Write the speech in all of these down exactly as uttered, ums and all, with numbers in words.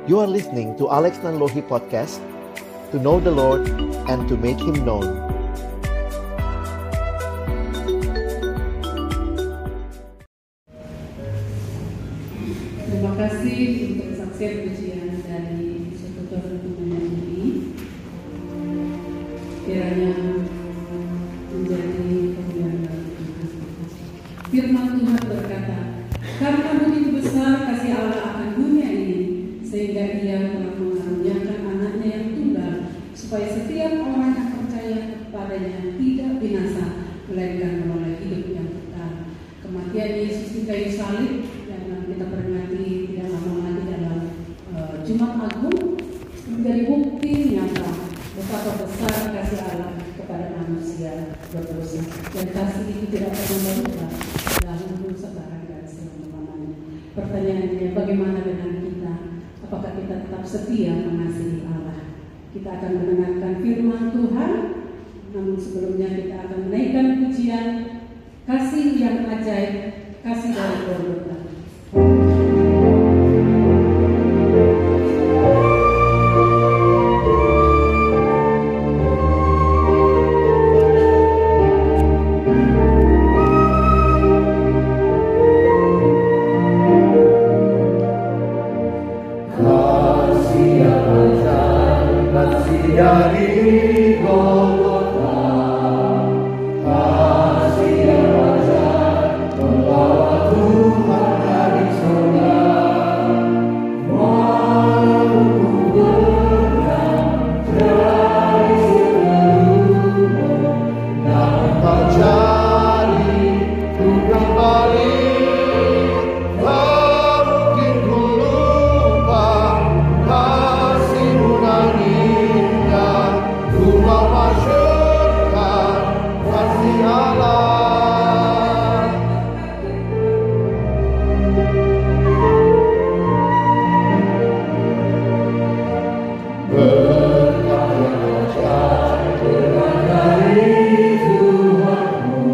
You are listening to Alex Nanlohi Podcast, to know the Lord and to make Him known. Terima kasih untuk kesaksian pujian dari Sekutu Renungan ini. Kiranya menjadi kemuliaan bagi Tuhan. Firman Tuhan berkata, karena begitu besar kasih Allah akan dunia ini, sehingga Ia telah mengaruniakan anaknya yang tunggal, supaya setiap orang yang percaya kepadanya tidak binasa, melainkan menoleh hidup yang kekal. Kematian Yesus di kayu salib yang kita peringati tidak lama lagi dalam uh, Jumat Agung menjadi bukti nyata betapa besar kasih Allah kepada manusia berdosa, dan kasih itu tidak pernah berubah dahulu, sekarang dan selama-lamanya. Pertanyaannya, bagaimana dengan kita? Apakah kita tetap setia mengasihi Allah? Kita akan mendengarkan firman Tuhan, namun sebelumnya kita akan menaikkan pujian kasih yang ajaib, kasih dari Golgota. Dari Golgota, kasih yang ajaib membawa Tuhan dari surga. Walau ku berat dari seluruhmu, namun kau jadi ku kembali. Tak mungkin ku lupa kasihmu nan indah. Ku mau masyurkan kasih Allah. Berkah yang ajaib berkat dari Tuhanmu.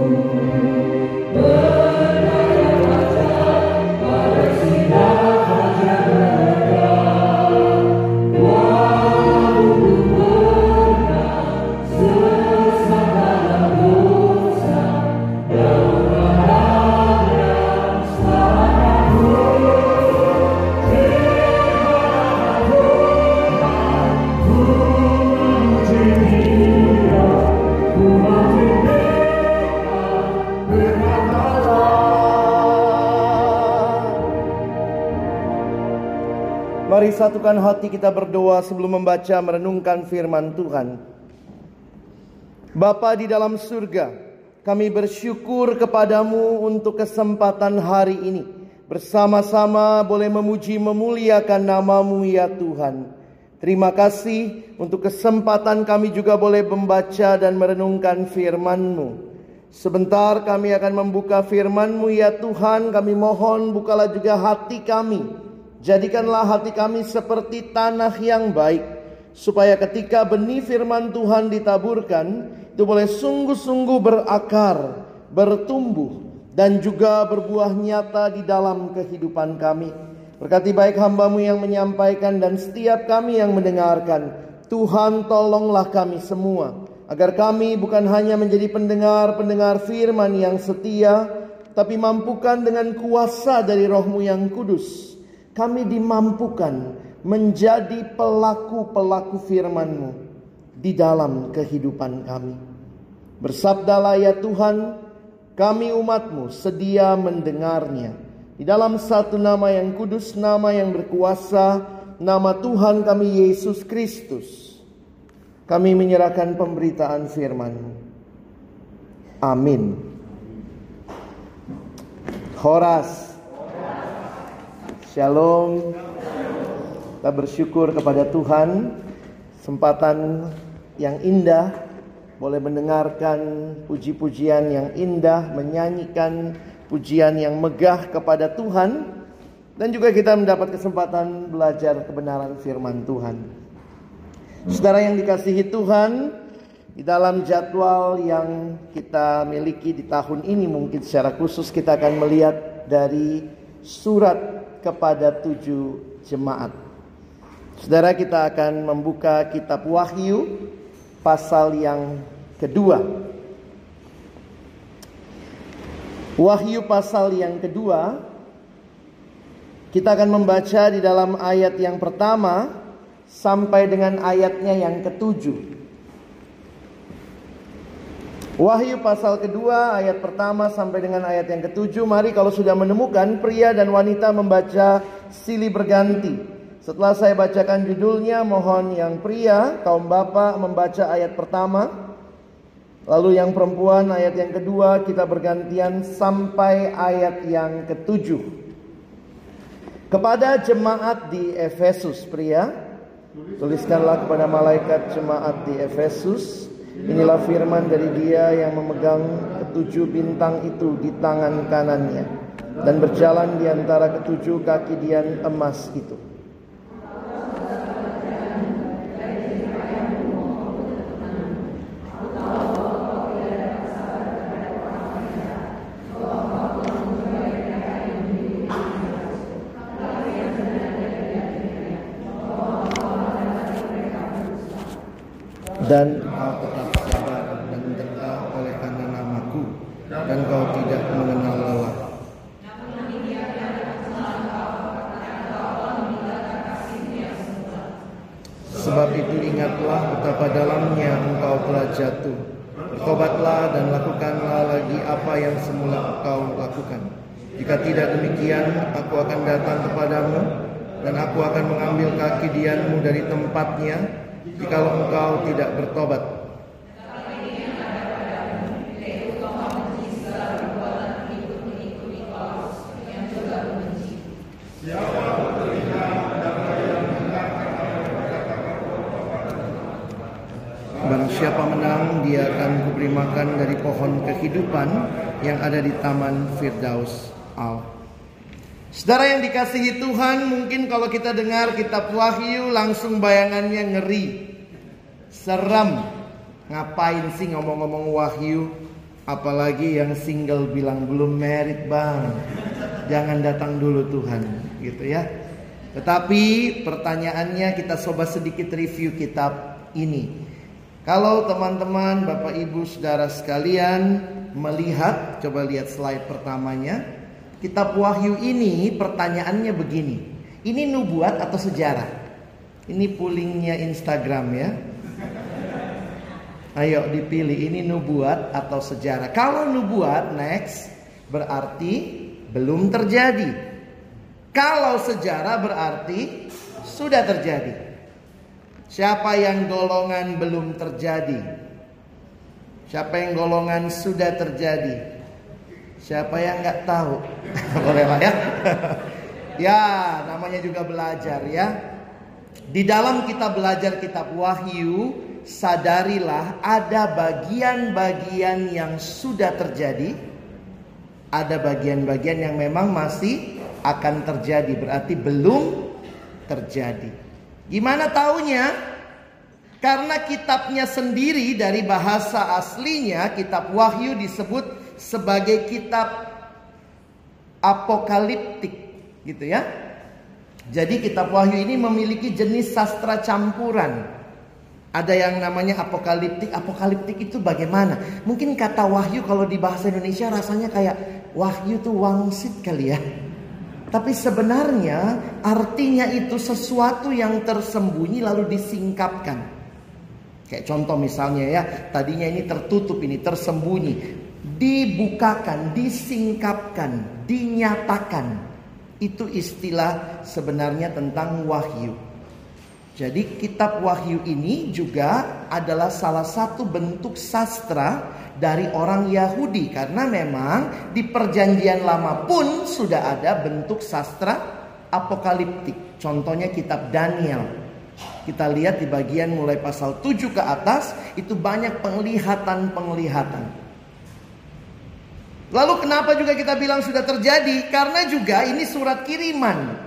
Berkah yang ajaib pada sidang hajat mereka. Walau ku pernah sesat dalam dosa, daun berharga selamaku. Terima Tuhan, ku memuji Dia, ku memuji Dia, berkat Allah. Mari satukan hati kita berdoa sebelum membaca merenungkan firman Tuhan. Bapa di dalam surga, kami bersyukur kepadamu untuk kesempatan hari ini. Bersama-sama boleh memuji memuliakan namamu ya Tuhan. Terima kasih untuk kesempatan kami juga boleh membaca dan merenungkan firman-Mu. Sebentar kami akan membuka firman-Mu ya Tuhan. Kami mohon bukalah juga hati kami. Jadikanlah hati kami seperti tanah yang baik, supaya ketika benih firman Tuhan ditaburkan, itu boleh sungguh-sungguh berakar, bertumbuh, dan juga berbuah nyata di dalam kehidupan kami. Berkati baik hamba-Mu yang menyampaikan dan setiap kami yang mendengarkan. Tuhan, tolonglah kami semua, agar kami bukan hanya menjadi pendengar-pendengar firman yang setia, tapi mampukan dengan kuasa dari Roh-Mu yang kudus, kami dimampukan menjadi pelaku-pelaku firman-Mu di dalam kehidupan kami. Bersabdalah ya Tuhan, kami umat-Mu sedia mendengarnya. Di dalam satu nama yang kudus, nama yang berkuasa, nama Tuhan kami Yesus Kristus, kami menyerahkan pemberitaan firman-Mu. Amin. Horas. Shalom. Kita bersyukur kepada Tuhan, kesempatan yang indah, boleh mendengarkan puji-pujian yang indah, menyanyikan pujian yang megah kepada Tuhan, dan juga kita mendapat kesempatan belajar kebenaran firman Tuhan. Saudara yang dikasihi Tuhan, di dalam jadwal yang kita miliki di tahun ini, mungkin secara khusus kita akan melihat dari surat kepada tujuh jemaat. Saudara, kita akan membuka kitab Wahyu pasal yang kedua. Wahyu pasal yang kedua, kita akan membaca di dalam ayat yang pertama sampai dengan ayatnya yang ketujuh. Wahyu pasal kedua ayat pertama sampai dengan ayat yang ketujuh. Mari kalau sudah menemukan, pria dan wanita membaca silih berganti. Setelah saya bacakan judulnya, mohon yang pria, kaum bapak membaca ayat pertama. Lalu yang perempuan ayat yang kedua, kita bergantian sampai ayat yang ketujuh. Kepada jemaat di Efesus, pria, tuliskanlah kepada malaikat jemaat di Efesus, inilah firman dari Dia yang memegang ketujuh bintang itu di tangan kanannya dan berjalan di antara ketujuh kaki dian emas itu. Dan kau tetap sabar dan tegak oleh karena namaku, dan kau tidak mengenal lelah. Sebab itu ingatlah betapa dalamnya engkau telah jatuh. Bertobatlah dan lakukanlah lagi apa yang semula engkau lakukan. Jika tidak demikian, aku akan datang kepadamu, dan aku akan mengambil kaki dianmu dari tempatnya, jikalau engkau tidak bertobat. Barang siapa menang, dia akan kuberi makan dari pohon kehidupan yang ada di taman Firdaus Allah. Saudara yang dikasihi Tuhan, mungkin kalau kita dengar kitab Wahyu langsung bayangannya ngeri, seram. Ngapain sih ngomong-ngomong Wahyu? Apalagi yang single bilang belum married bang, jangan datang dulu Tuhan, gitu ya. Tetapi pertanyaannya, kita coba sedikit review kitab ini. Kalau teman-teman, Bapak Ibu, Saudara sekalian melihat, coba lihat slide pertamanya. Kitab Wahyu ini pertanyaannya begini. Ini nubuat atau sejarah? Ini pollingnya Instagram ya. Ayo dipilih, ini nubuat atau sejarah. Kalau nubuat, next, berarti belum terjadi. Kalau sejarah berarti sudah terjadi. Siapa yang golongan belum terjadi? Siapa yang golongan sudah terjadi? Siapa yang nggak tahu? Boleh lah ya. Ya, namanya juga belajar ya. Di dalam kita belajar kitab Wahyu, sadarilah ada bagian-bagian yang sudah terjadi, ada bagian-bagian yang memang masih akan terjadi, berarti belum terjadi. Gimana taunya? Karena kitabnya sendiri dari bahasa aslinya, kitab Wahyu disebut sebagai kitab apokaliptik, gitu ya. Jadi kitab Wahyu ini memiliki jenis sastra campuran. Ada yang namanya apokaliptik. Apokaliptik itu bagaimana? Mungkin kata Wahyu kalau di bahasa Indonesia rasanya kayak Wahyu tuh wangsit kali ya. Tapi sebenarnya artinya itu sesuatu yang tersembunyi lalu disingkapkan. Kayak contoh misalnya ya, tadinya ini tertutup, ini tersembunyi, dibukakan, disingkapkan, dinyatakan. Itu istilah sebenarnya tentang wahyu. Jadi kitab Wahyu ini juga adalah salah satu bentuk sastra dari orang Yahudi. Karena memang di perjanjian lama pun sudah ada bentuk sastra apokaliptik. Contohnya kitab Daniel. Kita lihat di bagian mulai pasal tujuh ke atas, itu banyak penglihatan-penglihatan. Lalu kenapa juga kita bilang sudah terjadi? Karena juga ini surat kiriman.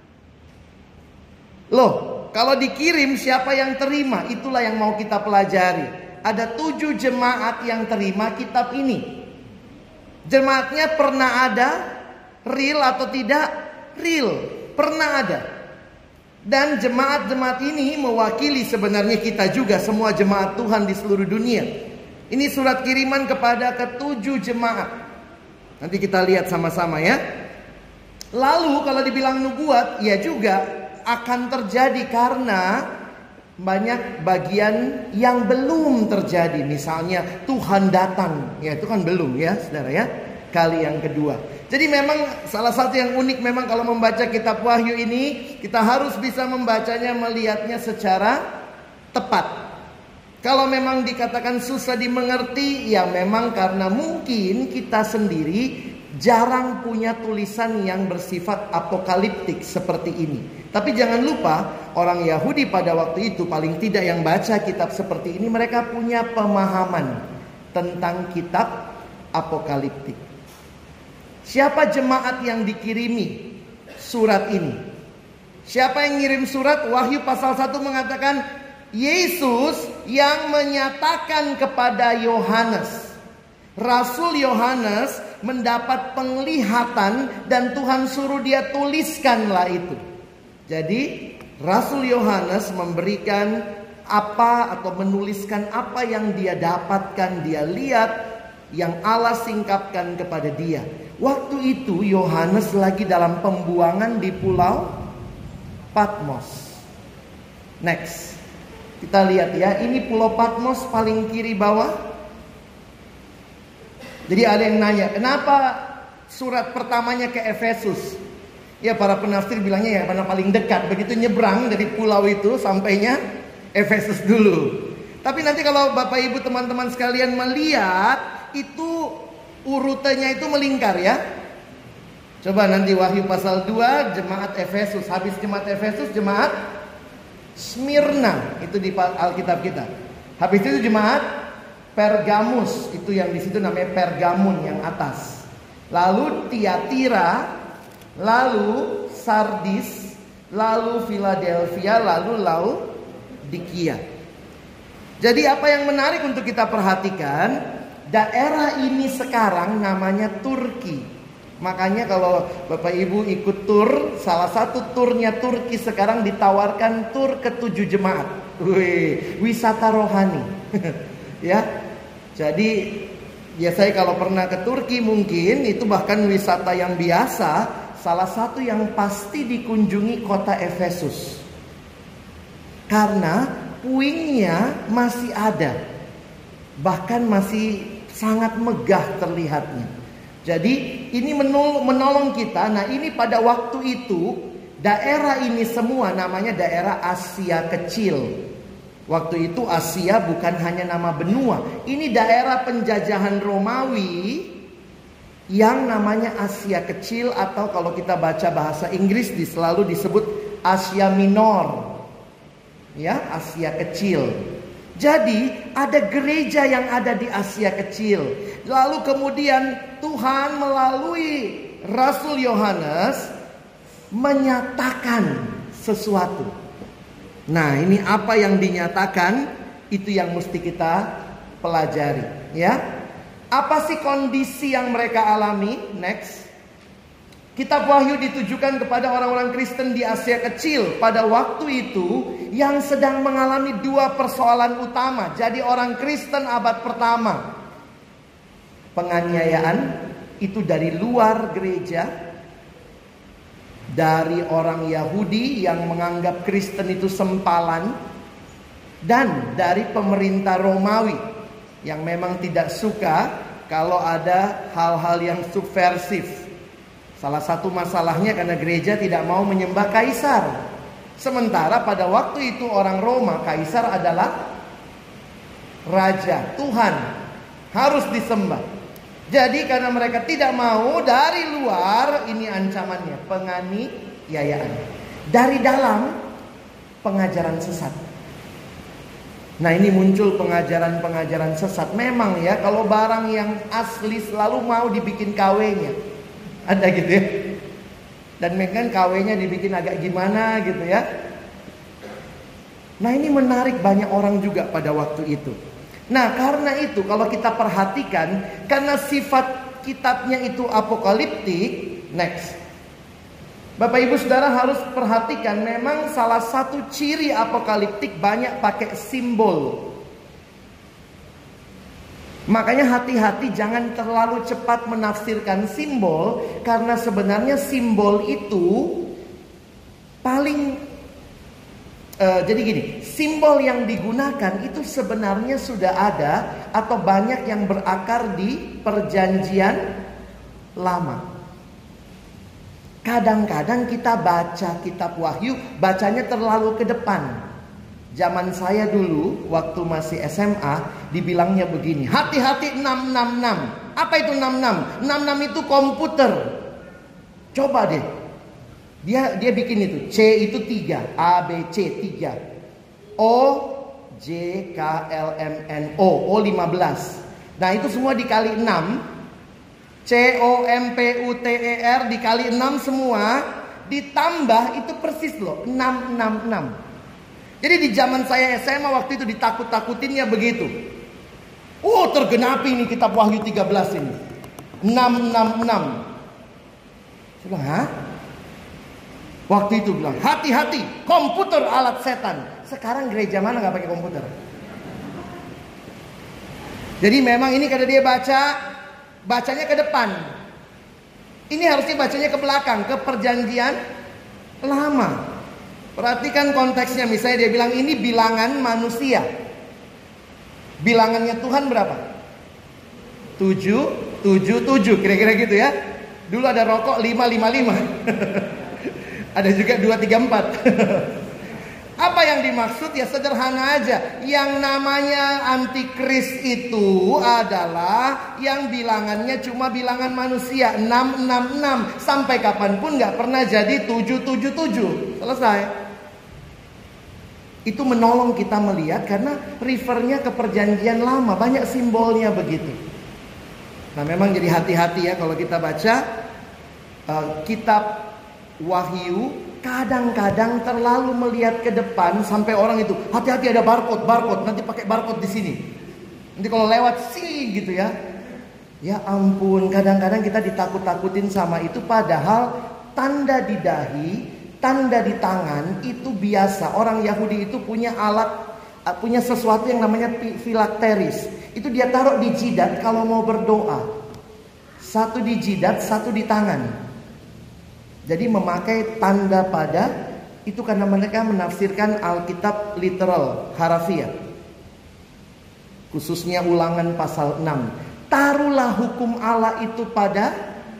Loh, kalau dikirim siapa yang terima? Itulah yang mau kita pelajari. Ada tujuh jemaat yang terima kitab ini. Jemaatnya pernah ada? Real atau tidak? Real. Pernah ada. Dan jemaat-jemaat ini mewakili sebenarnya kita juga, semua jemaat Tuhan di seluruh dunia. Ini surat kiriman kepada ketujuh jemaat. Nanti kita lihat sama-sama ya. Lalu kalau dibilang nubuat, ya juga akan terjadi karena banyak bagian yang belum terjadi. Misalnya Tuhan datang, ya itu kan belum ya saudara ya. Kali yang kedua. Jadi memang salah satu yang unik memang kalau membaca kitab Wahyu ini, kita harus bisa membacanya, melihatnya secara tepat. Kalau memang dikatakan susah dimengerti, ya memang karena mungkin kita sendiri jarang punya tulisan yang bersifat apokaliptik seperti ini. Tapi jangan lupa, orang Yahudi pada waktu itu, paling tidak yang baca kitab seperti ini, mereka punya pemahaman tentang kitab apokaliptik. Siapa jemaat yang dikirimi surat ini? Siapa yang ngirim surat? Wahyu pasal satu mengatakan Yesus yang menyatakan kepada Yohanes. Rasul Yohanes mendapat penglihatan dan Tuhan suruh dia tuliskanlah itu. Jadi Rasul Yohanes memberikan apa atau menuliskan apa yang dia dapatkan, dia lihat, yang Allah singkapkan kepada dia. Waktu itu Yohanes lagi dalam pembuangan di pulau Patmos. Next, kita lihat ya, ini pulau Patmos paling kiri bawah. Jadi ada yang nanya, kenapa surat pertamanya ke Efesus? Ya para penafsir bilangnya ya karena paling dekat. Begitu nyebrang dari pulau itu sampainya Efesus dulu. Tapi nanti kalau Bapak Ibu teman-teman sekalian melihat, itu urutannya itu melingkar ya. Coba nanti Wahyu pasal dua, jemaat Efesus. Habis jemaat Efesus, jemaat Smyrna. Itu di Alkitab kita. Habis itu jemaat Pergamus, itu yang di situ namanya Pergamun yang atas. Lalu Tiatira, lalu Sardis, lalu Philadelphia, lalu Laodikia. Jadi apa yang menarik untuk kita perhatikan, daerah ini sekarang namanya Turki. Makanya kalau Bapak Ibu ikut tur, salah satu turnya Turki sekarang ditawarkan tur ke tujuh jemaat. Wih, wisata rohani. Ya, jadi ya saya kalau pernah ke Turki mungkin itu bahkan wisata yang biasa. Salah satu yang pasti dikunjungi kota Efesus, karena puingnya masih ada, bahkan masih sangat megah terlihatnya. Jadi ini menolong kita. Nah ini pada waktu itu daerah ini semua namanya daerah Asia Kecil. Waktu itu Asia bukan hanya nama benua. Ini daerah penjajahan Romawi yang namanya Asia Kecil, atau kalau kita baca bahasa Inggris selalu disebut Asia Minor. Ya, Asia Kecil. Jadi ada gereja yang ada di Asia Kecil. Lalu kemudian Tuhan melalui Rasul Yohanes menyatakan sesuatu. Nah, ini apa yang dinyatakan, itu yang mesti kita pelajari, ya. Apa sih kondisi yang mereka alami? Next. Kitab Wahyu ditujukan kepada orang-orang Kristen di Asia Kecil pada waktu itu yang sedang mengalami dua persoalan utama. Jadi orang Kristen abad pertama, penganiayaan itu dari luar gereja, dari orang Yahudi yang menganggap Kristen itu sempalan, dan dari pemerintah Romawi yang memang tidak suka kalau ada hal-hal yang subversif. Salah satu masalahnya karena gereja tidak mau menyembah kaisar. Sementara pada waktu itu orang Roma, kaisar adalah raja, Tuhan, harus disembah. Jadi karena mereka tidak mau, dari luar ini ancamannya, penganiayaan. Dari dalam, pengajaran sesat. Nah ini muncul pengajaran-pengajaran sesat. Memang ya, kalau barang yang asli selalu mau dibikin K W-nya. Ada gitu ya. Dan memang K W-nya dibikin agak gimana gitu ya. Nah ini menarik banyak orang juga pada waktu itu. Nah karena itu kalau kita perhatikan, karena sifat kitabnya itu apokaliptik. Next. Bapak Ibu Saudara harus perhatikan, memang salah satu ciri apokaliptik banyak pakai simbol. Makanya hati-hati jangan terlalu cepat menafsirkan simbol, karena sebenarnya simbol itu paling uh, jadi gini, simbol yang digunakan itu sebenarnya sudah ada atau banyak yang berakar di perjanjian lama. Kadang-kadang kita baca kitab Wahyu, bacanya terlalu ke depan. Zaman saya dulu waktu masih S M A dibilangnya begini, hati-hati enam enam enam. Apa itu enam enam? enam enam itu komputer. Coba deh. Dia dia bikin itu. C itu tiga, A B C tiga. O J K L M N O, O lima belas. Nah, itu semua dikali enam. C O M P U T E R dikali enam semua, ditambah itu persis loh, enam enam enam. Jadi di zaman saya S M A waktu itu ditakut-takutinnya begitu. Oh, tergenapi ini kitab Wahyu tiga belas ini. enam enam enam. Saya bilang, hah? Waktu itu bilang, hati-hati, komputer alat setan. Sekarang gereja mana gak pakai komputer? Jadi memang ini kada dia baca, bacanya ke depan. Ini harusnya bacanya ke belakang, ke perjanjian lama. Perhatikan konteksnya, misalnya dia bilang ini bilangan manusia. Bilangannya Tuhan berapa? tujuh, tujuh, tujuh, kira-kira gitu ya. Dulu ada rokok lima lima lima. Ada juga dua tiga empat. Apa yang dimaksud? Ya sederhana aja. Yang namanya antikris itu adalah yang bilangannya cuma bilangan manusia, enam enam enam. Sampai kapanpun gak pernah jadi tujuh tujuh tujuh. Selesai. Itu menolong kita melihat karena refernya ke perjanjian lama, banyak simbolnya begitu. Nah, memang jadi hati-hati ya kalau kita baca uh, kitab Wahyu, kadang-kadang terlalu melihat ke depan sampai orang itu hati-hati ada barcode, barcode nanti pakai barcode di sini. Nanti kalau lewat sih gitu ya. Ya ampun, kadang-kadang kita ditakut-takutin sama itu, padahal tanda di dahi, tanda di tangan itu biasa. Orang Yahudi itu punya alat, punya sesuatu yang namanya filakteris. Itu dia taruh di jidat kalau mau berdoa. Satu di jidat, satu di tangan. Jadi memakai tanda pada itu karena mereka menafsirkan Alkitab literal, harafiah. Khususnya Ulangan pasal enam. Taruhlah hukum Allah itu pada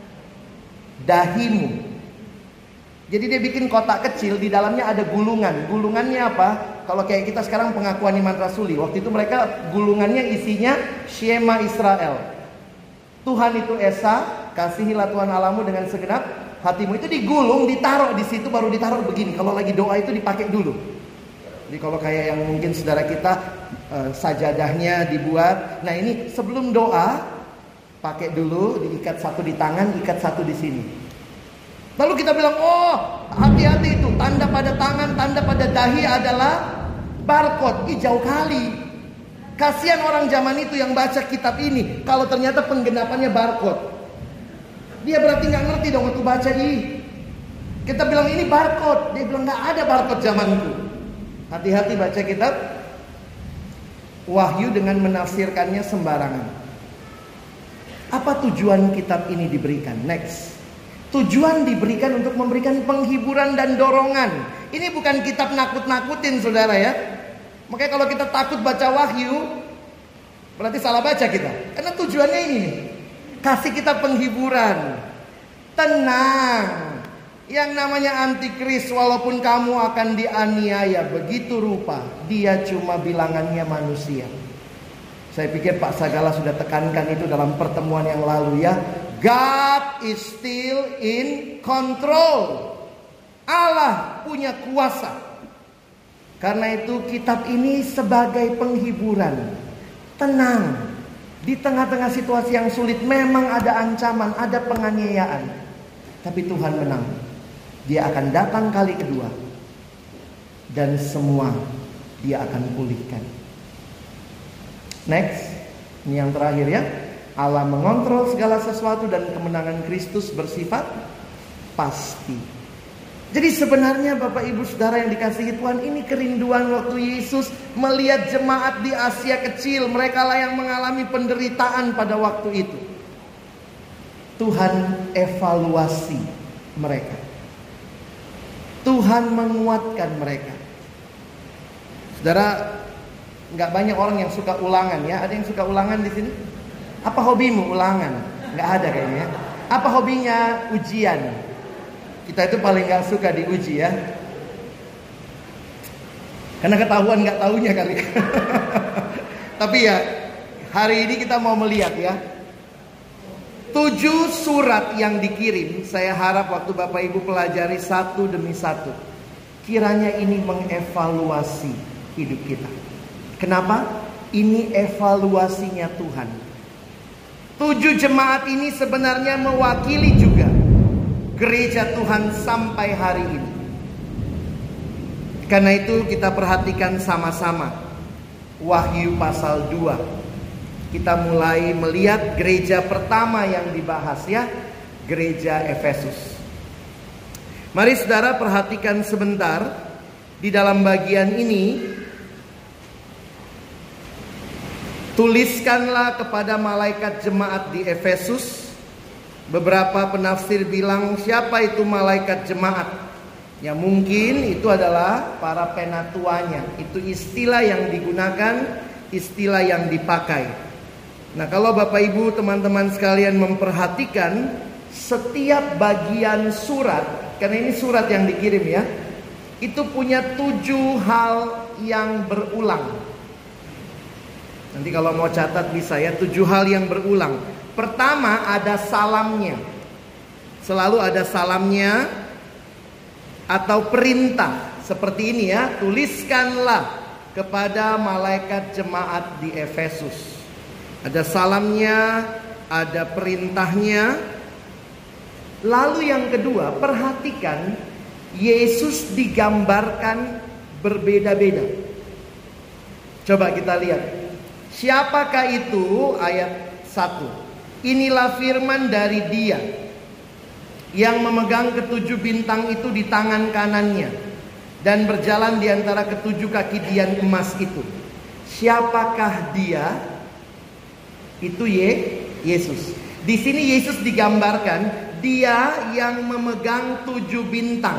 dahimu. Jadi dia bikin kotak kecil, di dalamnya ada gulungan. Gulungannya apa? Kalau kayak kita sekarang pengakuan iman rasuli, waktu itu mereka gulungannya isinya Shema Israel. Tuhan itu Esa, kasihilah Tuhan Allahmu dengan segenap hatimu. Itu digulung, ditaruh di situ, baru ditaruh begini. Kalau lagi doa itu dipakai dulu. Jadi kalau kayak yang mungkin saudara kita uh, sajadahnya dibuat. Nah ini sebelum doa pakai dulu, diikat satu di tangan, ikat satu di sini. Lalu kita bilang, oh hati-hati itu tanda pada tangan, tanda pada dahi adalah barcode. Ih, jauh kali. Kasihan orang zaman itu yang baca kitab ini kalau ternyata penggenapannya barcode. Dia berarti gak ngerti dong waktu baca ini. Kita bilang ini barcode, dia bilang gak ada barcode zamanku. Hati-hati baca kitab Wahyu dengan menafsirkannya sembarangan. Apa tujuan kitab ini diberikan? Next. Tujuan diberikan untuk memberikan penghiburan dan dorongan. Ini bukan kitab nakut-nakutin saudara ya. Makanya kalau kita takut baca Wahyu, berarti salah baca kita. Karena tujuannya ini nih, kasih kita penghiburan. Tenang. Yang namanya antikris, walaupun kamu akan dianiaya begitu rupa, dia cuma bilangannya manusia. Saya pikir Pak Sagala sudah tekankan itu dalam pertemuan yang lalu ya. God is still in control. Allah punya kuasa. Karena itu kitab ini sebagai penghiburan. Tenang. Di tengah-tengah situasi yang sulit memang ada ancaman, ada penganiayaan. Tapi Tuhan menang. Dia akan datang kali kedua. Dan semua dia akan pulihkan. Next. Ini yang terakhir ya. Allah mengontrol segala sesuatu dan kemenangan Kristus bersifat pasti. Jadi sebenarnya Bapak Ibu Saudara yang dikasihi Tuhan, ini kerinduan waktu Yesus melihat jemaat di Asia kecil. Mereka lah yang mengalami penderitaan pada waktu itu. Tuhan evaluasi mereka. Tuhan menguatkan mereka. Saudara, nggak banyak orang yang suka ulangan ya. Ada yang suka ulangan di sini? Apa hobimu ulangan? Nggak ada kayaknya. Apa hobinya ujian? Kita itu paling gak suka diuji ya. Karena ketahuan gak taunya kali. Tapi ya, hari ini kita mau melihat ya, tujuh surat yang dikirim. Saya harap waktu Bapak Ibu pelajari satu demi satu, kiranya ini mengevaluasi hidup kita. Kenapa? Ini evaluasinya Tuhan. Tujuh jemaat ini sebenarnya mewakili juga gereja Tuhan sampai hari ini. Karena itu kita perhatikan sama-sama Wahyu pasal dua. Kita mulai melihat gereja pertama yang dibahas ya, gereja Efesus. Mari saudara perhatikan sebentar di dalam bagian ini. Tuliskanlah kepada malaikat jemaat di Efesus. Beberapa penafsir bilang siapa itu malaikat jemaat? Ya mungkin itu adalah para penatuanya. Itu istilah yang digunakan, istilah yang dipakai. Nah kalau Bapak Ibu teman-teman sekalian memperhatikan setiap bagian surat, karena ini surat yang dikirim ya, itu punya tujuh hal yang berulang. Nanti kalau mau catat bisa ya, tujuh hal yang berulang. Pertama ada salamnya. Selalu ada salamnya atau perintah. Seperti ini ya, tuliskanlah kepada malaikat jemaat di Efesus. Ada salamnya, ada perintahnya. Lalu yang kedua, perhatikan Yesus digambarkan berbeda-beda. Coba kita lihat. Siapakah itu? Ayat satu. Inilah firman dari Dia yang memegang ketujuh bintang itu di tangan kanannya dan berjalan di antara ketujuh kaki dian emas itu. Siapakah Dia? Itu Ye, Yesus. Di sini Yesus digambarkan Dia yang memegang tujuh bintang,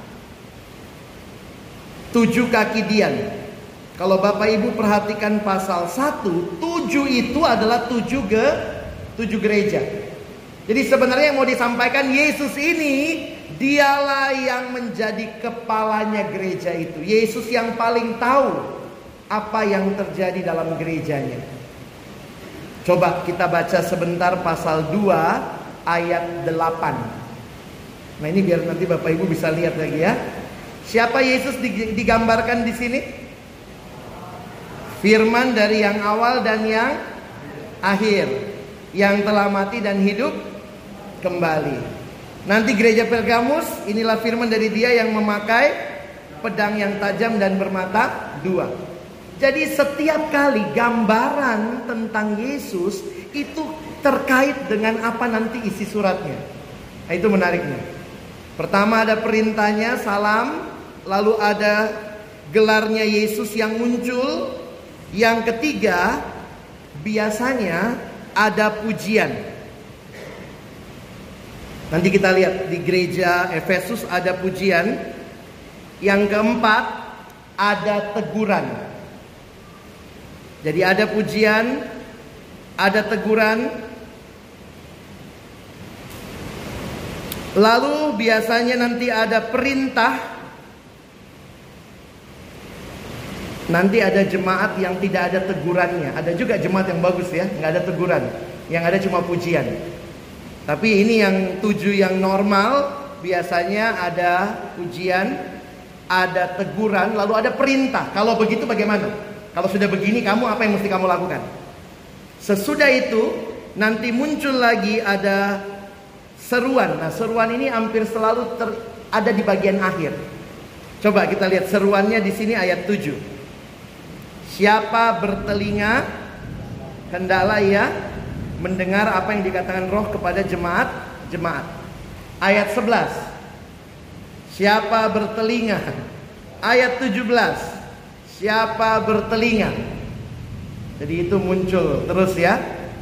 tujuh kaki dian. Kalau Bapak Ibu perhatikan pasal satu, tujuh itu adalah tujuh ge Tujuh gereja. Jadi sebenarnya yang mau disampaikan, Yesus ini dialah yang menjadi kepalanya gereja itu. Yesus yang paling tahu apa yang terjadi dalam gerejanya. Coba kita baca sebentar pasal dua ayat delapan. Nah ini biar nanti Bapak Ibu bisa lihat lagi ya. Siapa Yesus digambarkan di sini? Firman dari yang awal dan yang akhir, yang telah mati dan hidup kembali. Nanti gereja Pergamus, inilah firman dari Dia yang memakai pedang yang tajam dan bermata dua. Jadi setiap kali gambaran tentang Yesus itu terkait dengan apa nanti isi suratnya. Nah, itu menariknya. Pertama ada perintahnya, salam. Lalu ada gelarnya Yesus yang muncul. Yang ketiga, biasanya ada pujian. Nanti kita lihat di gereja Efesus ada pujian. Yang keempat ada teguran. Jadi ada pujian, ada teguran. Lalu biasanya nanti ada perintah. Nanti ada jemaat yang tidak ada tegurannya. Ada juga jemaat yang bagus ya, nggak ada teguran. Yang ada cuma pujian. Tapi ini yang tujuh yang normal, biasanya ada pujian, ada teguran, lalu ada perintah. Kalau begitu bagaimana? Kalau sudah begini kamu apa yang mesti kamu lakukan? Sesudah itu nanti muncul lagi ada seruan. Nah seruan ini hampir selalu ter, ada di bagian akhir. Coba kita lihat seruannya di sini ayat tujuh. Siapa bertelinga, hendaklah ia mendengar apa yang dikatakan Roh kepada jemaat-jemaat. Ayat sebelas. Siapa bertelinga? Ayat tujuh belas. Siapa bertelinga? Jadi itu muncul terus ya.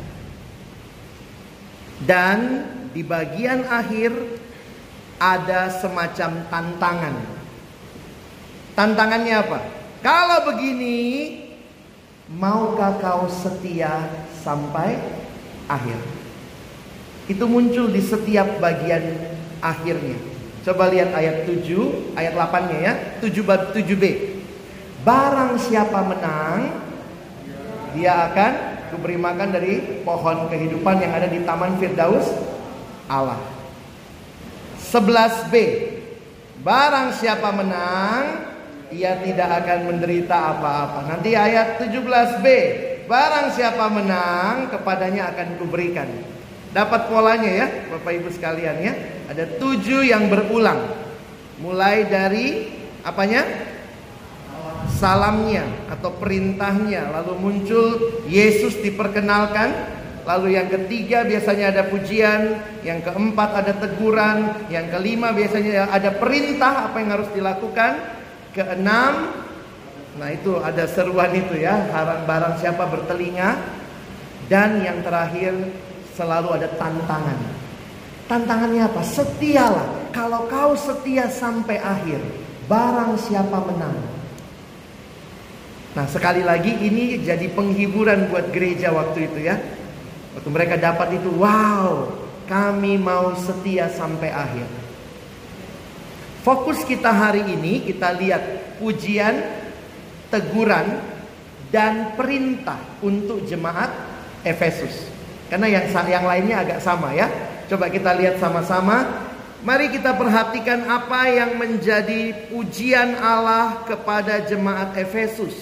Dan di bagian akhir ada semacam tantangan. Tantangannya apa? Kalau begini, maukah kau setia sampai akhir? Itu muncul di setiap bagian akhirnya. Coba lihat ayat tujuh, ayat delapan-nya ya. tujuh b. Barang siapa menang, dia akan kuberi makan dari pohon kehidupan yang ada di taman Firdaus Allah. sebelas b. Barang siapa menang, ia tidak akan menderita apa-apa. Nanti ayat tujuh belas b. Barang siapa menang, kepadanya akan kuberikan. Dapat polanya ya Bapak Ibu sekalian ya. Ada tujuh yang berulang. Mulai dari apanya? Salamnya atau perintahnya. Lalu muncul Yesus diperkenalkan. Lalu yang ketiga biasanya ada pujian. Yang keempat ada teguran. Yang kelima biasanya ada perintah apa yang harus dilakukan. Keenam, nah itu ada seruan itu ya. Barang siapa bertelinga. Dan yang terakhir selalu ada tantangan. Tantangannya apa? Setialah. Kalau kau setia sampai akhir, barang siapa menang. Nah sekali lagi ini jadi penghiburan buat gereja waktu itu ya. Waktu mereka dapat itu, wow, kami mau setia sampai akhir. Fokus kita hari ini kita lihat pujian, teguran, dan perintah untuk jemaat Efesus. Karena yang yang lainnya agak sama ya. Coba kita lihat sama-sama. Mari kita perhatikan apa yang menjadi pujian Allah kepada jemaat Efesus.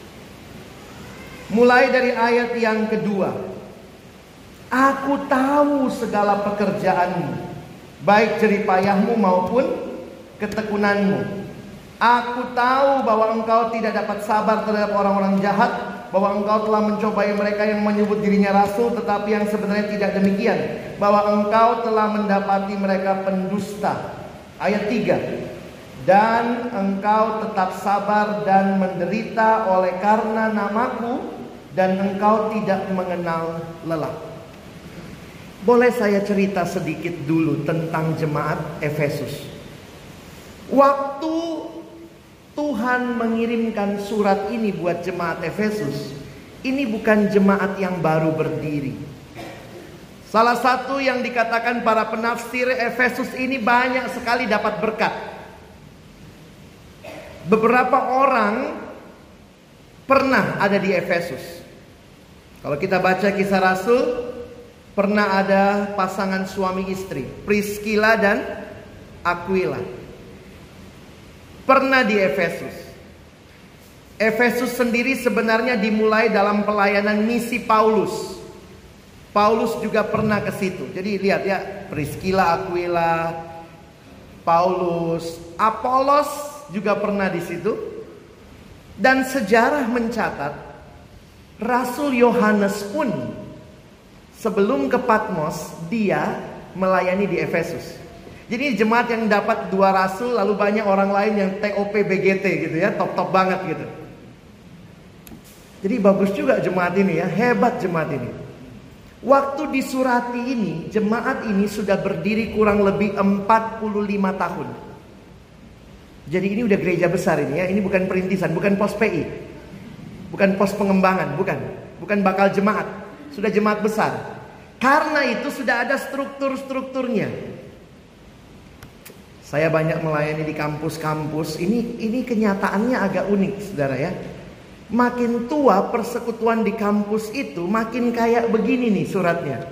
Mulai dari ayat yang kedua. Aku tahu segala pekerjaanmu, baik jeripayahmu maupun ketekunanmu. Aku tahu bahwa engkau tidak dapat sabar terhadap orang-orang jahat, bahwa engkau telah mencobai mereka yang menyebut dirinya rasul tetapi yang sebenarnya tidak demikian, bahwa engkau telah mendapati mereka pendusta. Ayat tiga. Dan engkau tetap sabar dan menderita oleh karena namaku, dan engkau tidak mengenal lelah. Boleh saya cerita sedikit dulu tentang jemaat Efesus. Waktu Tuhan mengirimkan surat ini buat jemaat Efesus, ini bukan jemaat yang baru berdiri. Salah satu yang dikatakan para penafsir, Efesus ini banyak sekali dapat berkat. Beberapa orang pernah ada di Efesus. Kalau kita baca Kisah Rasul, pernah ada pasangan suami istri, Priscilla dan Aquila. Pernah di Efesus. Efesus sendiri sebenarnya dimulai dalam pelayanan misi Paulus. Paulus juga pernah ke situ. Jadi lihat ya, Priscilla, Aquila, Paulus, Apolos juga pernah di situ. Dan sejarah mencatat Rasul Yohanes pun sebelum ke Patmos dia melayani di Efesus. Jadi jemaat yang dapat dua rasul, lalu banyak orang lain yang T O P B G T gitu ya, top-top banget gitu. Jadi bagus juga jemaat ini ya, hebat jemaat ini. Waktu disurati ini, jemaat ini sudah berdiri kurang lebih empat puluh lima tahun. Jadi ini udah gereja besar ini ya, ini bukan perintisan, bukan pos P I. Bukan pos pengembangan, bukan. Bukan bakal jemaat, sudah jemaat besar. Karena itu sudah ada struktur-strukturnya. Saya banyak melayani di kampus-kampus. Ini ini kenyataannya agak unik, saudara ya. Makin tua persekutuan di kampus itu, makin kayak begini nih suratnya.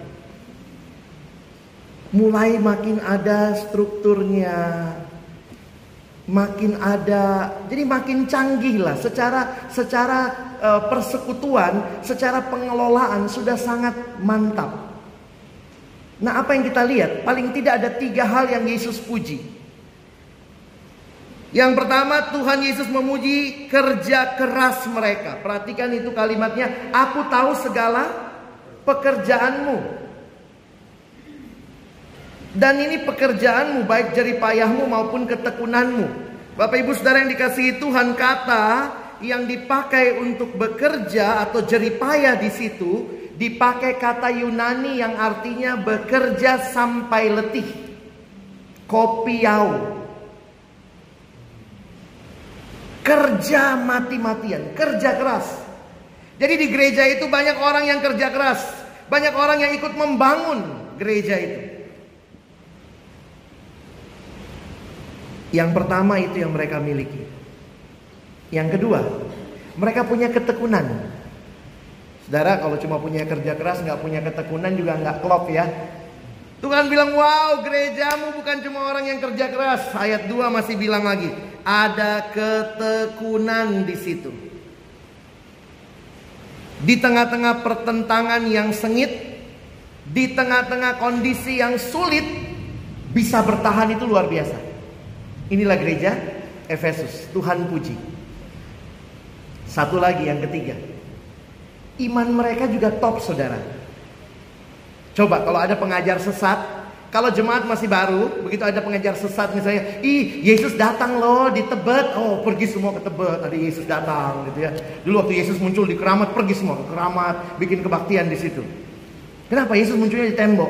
Mulai makin ada strukturnya, makin ada, jadi makin canggih lah. Secara secara uh, persekutuan, secara pengelolaan sudah sangat mantap. Nah, apa yang kita lihat? Paling tidak ada tiga hal yang Yesus puji. Yang pertama, Tuhan Yesus memuji kerja keras mereka. Perhatikan itu kalimatnya, aku tahu segala pekerjaanmu. Dan ini pekerjaanmu, baik jeripayahmu maupun ketekunanmu. Bapak Ibu Saudara yang dikasihi Tuhan, kata yang dipakai untuk bekerja atau jeripayah di situ dipakai kata Yunani yang artinya bekerja sampai letih. Kopiau. Kerja mati-matian, kerja keras. Jadi di gereja itu banyak orang yang kerja keras, banyak orang yang ikut membangun gereja itu. Yang pertama itu yang mereka miliki. Yang kedua, mereka punya ketekunan. Saudara, kalau cuma punya kerja keras, nggak punya ketekunan juga nggak klop ya. Tuhan bilang, wow, gerejamu bukan cuma orang yang kerja keras. Ayat dua masih bilang lagi, ada ketekunan di situ. Di tengah-tengah pertentangan yang sengit, di tengah-tengah kondisi yang sulit, bisa bertahan itu luar biasa. Inilah gereja Efesus. Tuhan puji. Satu lagi, yang ketiga, iman mereka juga top, saudara. Coba kalau ada pengajar sesat, kalau jemaat masih baru, begitu ada pengajar sesat misalnya, ih Yesus datang loh di Tebet, oh pergi semua ke Tebet, ada Yesus datang gitu ya. Dulu waktu Yesus muncul di Keramat, pergi semua ke Keramat, bikin kebaktian di situ. Kenapa Yesus munculnya di tembok?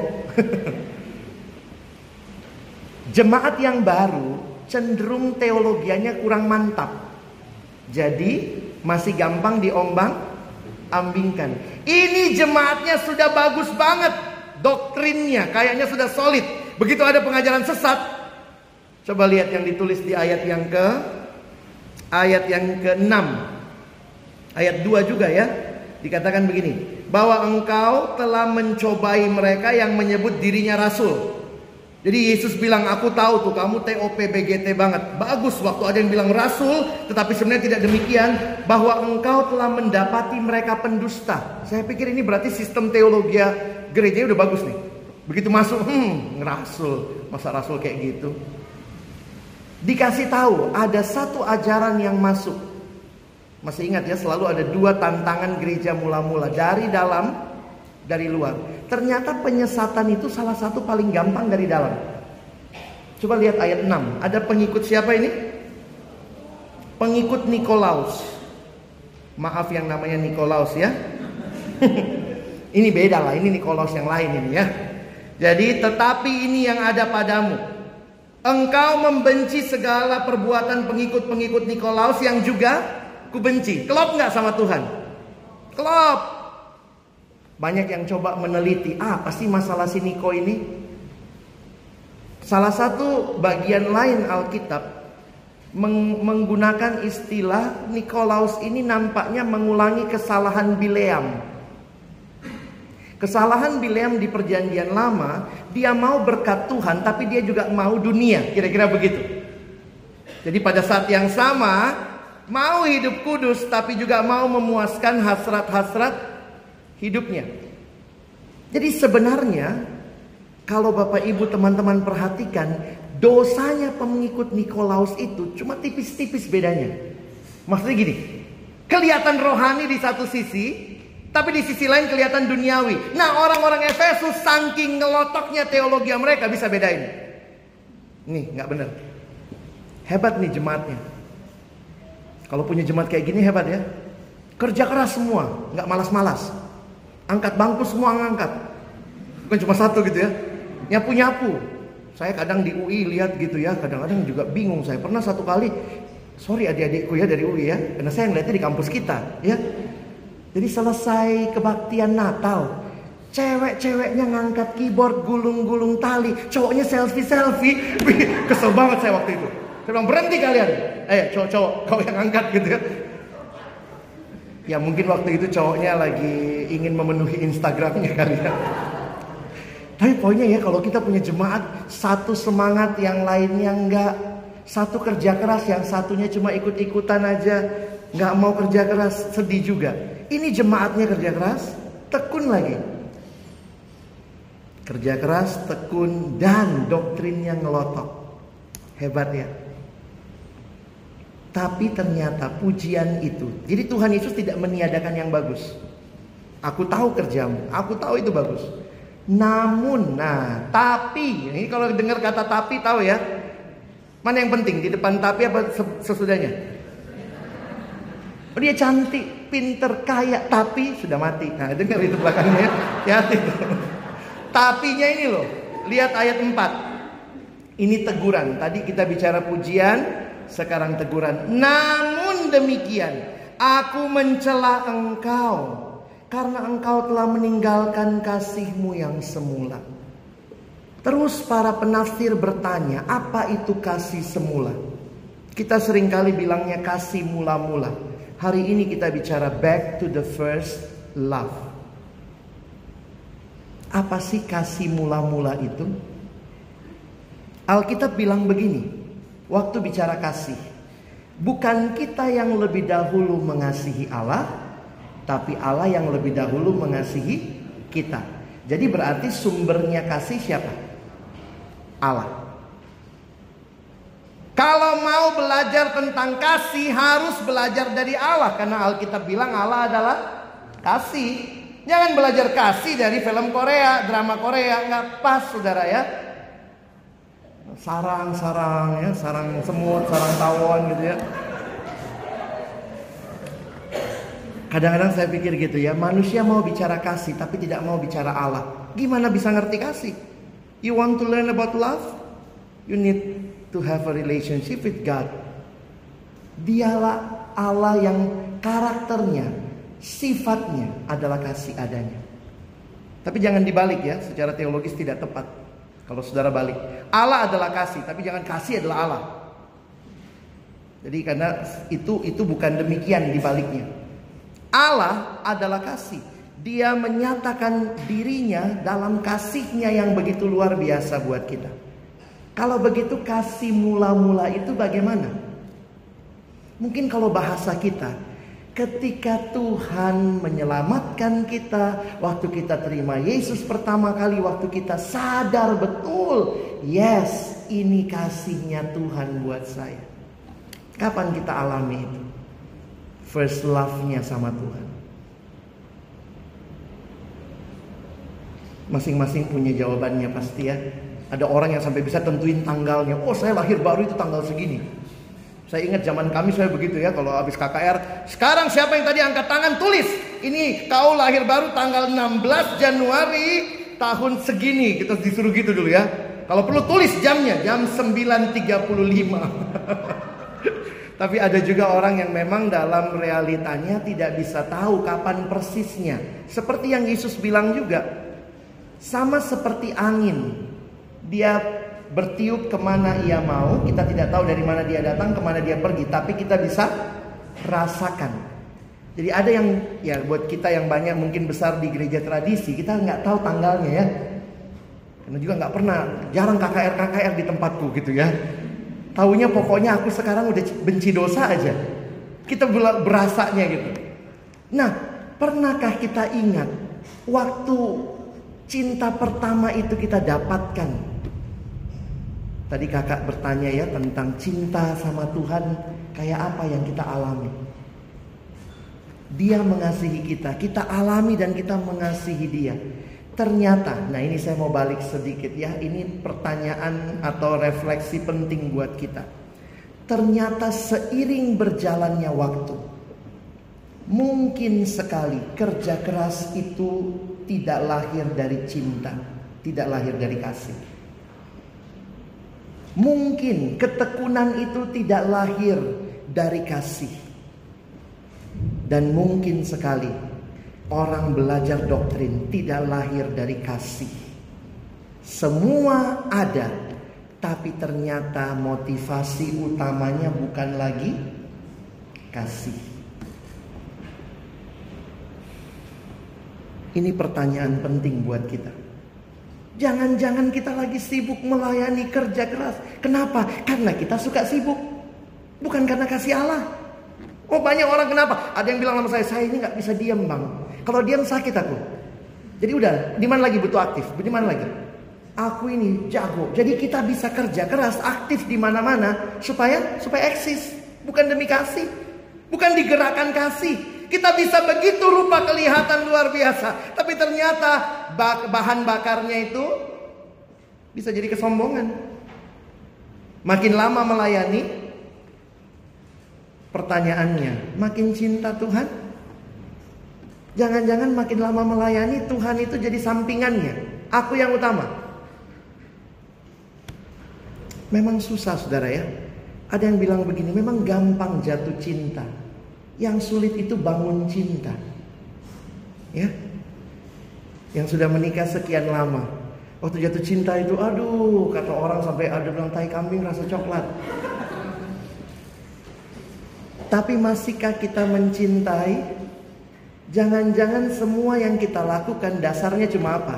Jemaat yang baru cenderung teologianya kurang mantap, jadi masih gampang diombang-ambingkan. Ini jemaatnya sudah bagus banget, doktrinnya kayaknya sudah solid. Begitu ada pengajaran sesat, coba lihat yang ditulis di ayat yang ke ayat yang keenam, ayat dua juga ya. Dikatakan begini, bahwa engkau telah mencobai mereka yang menyebut dirinya rasul. Jadi Yesus bilang, aku tahu tuh kamu T O P B G T banget. Bagus waktu ada yang bilang rasul, tetapi sebenarnya tidak demikian. Bahwa engkau telah mendapati mereka pendusta. Saya pikir ini berarti sistem teologi gerejanya udah bagus nih. Begitu masuk, hmm rasul, masa rasul kayak gitu. Dikasih tahu ada satu ajaran yang masuk. Masih ingat ya, selalu ada dua tantangan gereja mula-mula, dari dalam, dari luar. Ternyata penyesatan itu salah satu paling gampang dari dalam. Coba lihat ayat enam. Ada pengikut siapa ini? Pengikut Nikolaus. Maaf yang namanya Nikolaus ya. Ini beda lah, ini Nikolaus yang lain ini ya. Jadi tetapi ini yang ada padamu. Engkau membenci segala perbuatan pengikut-pengikut Nikolaus yang juga kubenci. Klop nggak sama Tuhan? Klop. Banyak yang coba meneliti, ah pasti masalah si Niko ini. Salah satu bagian lain Alkitab meng menggunakan istilah Nikolaus ini nampaknya mengulangi kesalahan Bileam. Kesalahan Bileam di perjanjian lama, dia mau berkat Tuhan tapi dia juga mau dunia, kira-kira begitu. Jadi pada saat yang sama, mau hidup kudus tapi juga mau memuaskan hasrat-hasrat hidupnya. Jadi sebenarnya kalau Bapak Ibu teman-teman perhatikan, dosanya pengikut Nikolaus itu cuma tipis-tipis bedanya. Maksudnya gini, kelihatan rohani di satu sisi, tapi di sisi lain kelihatan duniawi. Nah, orang-orang Efesus saking ngelotoknya teologi mereka bisa bedain. Nih, nggak benar. Hebat nih jemaatnya. Kalau punya jemaat kayak gini hebat ya. Kerja keras semua, nggak malas-malas. Angkat bangku semua ngangkat. Bukan cuma satu gitu ya. Nyapu-nyapu. Saya kadang di U I lihat gitu ya. Kadang-kadang juga bingung. Saya pernah satu kali, sorry adik-adikku ya dari U I ya, karena saya ngeliatnya di kampus kita ya. Jadi selesai kebaktian Natal, cewek-ceweknya ngangkat keyboard, gulung-gulung tali, cowoknya selfie-selfie. Kesel banget saya waktu itu. Saya bilang, berhenti kalian. Eh cowok-cowok, kau yang angkat gitu ya. Ya mungkin waktu itu cowoknya lagi ingin memenuhi Instagramnya kali ya. Tapi poinnya ya, kalau kita punya jemaat, satu semangat yang lainnya enggak, satu kerja keras yang satunya cuma ikut-ikutan aja, nggak mau kerja keras, sedih juga. Ini jemaatnya kerja keras, tekun lagi. Kerja keras, tekun, dan doktrinnya ngelotok. Hebat ya. Tapi ternyata pujian itu, jadi Tuhan Yesus tidak meniadakan yang bagus. Aku tahu kerjamu, aku tahu itu bagus. Namun, nah, tapi, ini kalau dengar kata tapi tahu ya. Mana yang penting, di depan tapi apa sesudahnya? Oh, dia cantik, pinter, kaya, tapi sudah mati. Nah, dengar itu belakangnya. Hati-hati. Tapinya ini loh. Lihat ayat empat. Ini teguran. Tadi kita bicara pujian, sekarang teguran. Namun demikian, aku mencela engkau karena engkau telah meninggalkan kasihmu yang semula. Terus para penafsir bertanya, apa itu kasih semula? Kita seringkali bilangnya kasih mula-mula. Hari ini kita bicara back to the first love. Apa sih kasih mula-mula itu? Alkitab bilang begini, waktu bicara kasih, bukan kita yang lebih dahulu mengasihi Allah, tapi Allah yang lebih dahulu mengasihi kita. Jadi berarti sumbernya kasih siapa? Allah. Kalau mau belajar tentang kasih harus belajar dari Allah, karena Alkitab bilang Allah adalah kasih. Jangan belajar kasih dari film Korea, drama Korea, nggak pas saudara ya. Sarang-sarang ya, sarang semut, sarang tawon gitu ya. Kadang-kadang saya pikir gitu ya, manusia mau bicara kasih tapi tidak mau bicara Allah. Gimana bisa ngerti kasih? You want to learn about love? You need to have a relationship with God. Dialah Allah yang karakternya, sifatnya adalah kasih adanya. Tapi jangan dibalik ya, secara teologis tidak tepat. Kalau saudara balik, Allah adalah kasih, tapi jangan kasih adalah Allah. Jadi karena itu itu bukan demikian dibaliknya. Allah adalah kasih. Dia menyatakan dirinya dalam kasihnya yang begitu luar biasa buat kita. Kalau begitu kasih mula-mula itu bagaimana? Mungkin kalau bahasa kita, ketika Tuhan menyelamatkan kita, waktu kita terima Yesus pertama kali, waktu kita sadar betul, yes, ini kasihnya Tuhan buat saya. Kapan kita alami itu? First love-nya sama Tuhan. Masing-masing punya jawabannya pasti ya. Ada orang yang sampai bisa tentuin tanggalnya. Oh, saya lahir baru itu tanggal segini. Saya ingat zaman kami saya begitu ya. Kalau habis K K R, sekarang siapa yang tadi angkat tangan tulis. Ini kau lahir baru tanggal enam belas Januari tahun segini. Kita disuruh gitu dulu ya. Kalau perlu tulis jamnya, jam sembilan tiga puluh lima. Tapi ada juga orang yang memang dalam realitanya tidak bisa tahu kapan persisnya. Seperti yang Yesus bilang juga. Sama seperti angin, dia bertiup kemana ia mau. Kita tidak tahu dari mana dia datang, kemana dia pergi, tapi kita bisa rasakan. Jadi ada yang, ya buat kita yang banyak mungkin besar di gereja tradisi, kita nggak tahu tanggalnya ya. Karena juga nggak pernah, jarang K K R K K R di tempatku gitu ya. Taunya pokoknya aku sekarang udah benci dosa aja. Kita berasanya gitu. Nah, pernahkah kita ingat waktu cinta pertama itu kita dapatkan? Tadi kakak bertanya ya tentang cinta sama Tuhan, kayak apa yang kita alami. Dia mengasihi kita, kita alami dan kita mengasihi dia. Ternyata, nah ini saya mau balik sedikit ya, ini pertanyaan atau refleksi penting buat kita. Ternyata seiring berjalannya waktu, mungkin sekali kerja keras itu tidak lahir dari cinta, tidak lahir dari kasih. Mungkin ketekunan itu tidak lahir dari kasih. Dan mungkin sekali orang belajar doktrin tidak lahir dari kasih. Semua ada, tapi ternyata motivasi utamanya bukan lagi kasih. Ini pertanyaan penting buat kita. Jangan-jangan kita lagi sibuk melayani kerja keras. Kenapa? Karena kita suka sibuk. Bukan karena kasih Allah. Oh, banyak orang kenapa? Ada yang bilang sama saya, saya ini gak bisa diam bang. Kalau diam sakit aku. Jadi udah, di mana lagi butuh aktif? Di mana lagi? Aku ini jago. Jadi kita bisa kerja keras, aktif di mana-mana supaya supaya eksis. Bukan demi kasih. Bukan digerakkan kasih. Kita bisa begitu rupa kelihatan luar biasa, tapi ternyata bahan bakarnya itu bisa jadi kesombongan. Makin lama melayani, pertanyaannya, makin cinta Tuhan? Jangan-jangan makin lama melayani, Tuhan itu jadi sampingannya, aku yang utama. Memang susah saudara ya. Ada yang bilang begini, memang gampang jatuh cinta, yang sulit itu bangun cinta. Ya, yang sudah menikah sekian lama, waktu jatuh cinta itu, aduh, kata orang sampai ada bilang tai kambing rasa coklat. Tapi masihkah kita mencintai? Jangan-jangan semua yang kita lakukan dasarnya cuma apa?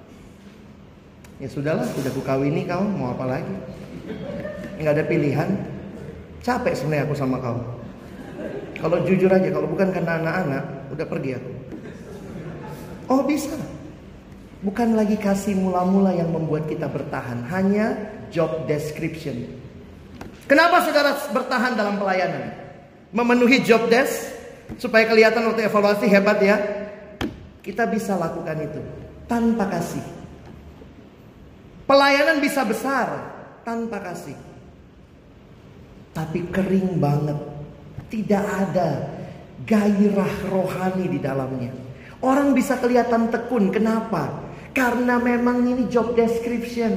Ya sudahlah, sudah kukawini kau, mau apa lagi? Nggak ada pilihan. Capek sebenarnya aku sama kau. Kalau jujur aja, kalau bukan karena anak-anak, udah pergi aku. Oh bisa. Bukan lagi kasih mula-mula yang membuat kita bertahan, hanya job description. Kenapa saudara bertahan dalam pelayanan? Memenuhi job desk supaya kelihatan waktu evaluasi hebat ya. Kita bisa lakukan itu tanpa kasih. Pelayanan bisa besar tanpa kasih, tapi kering banget. Tidak ada gairah rohani di dalamnya. Orang bisa kelihatan tekun. Kenapa? Karena memang ini job description.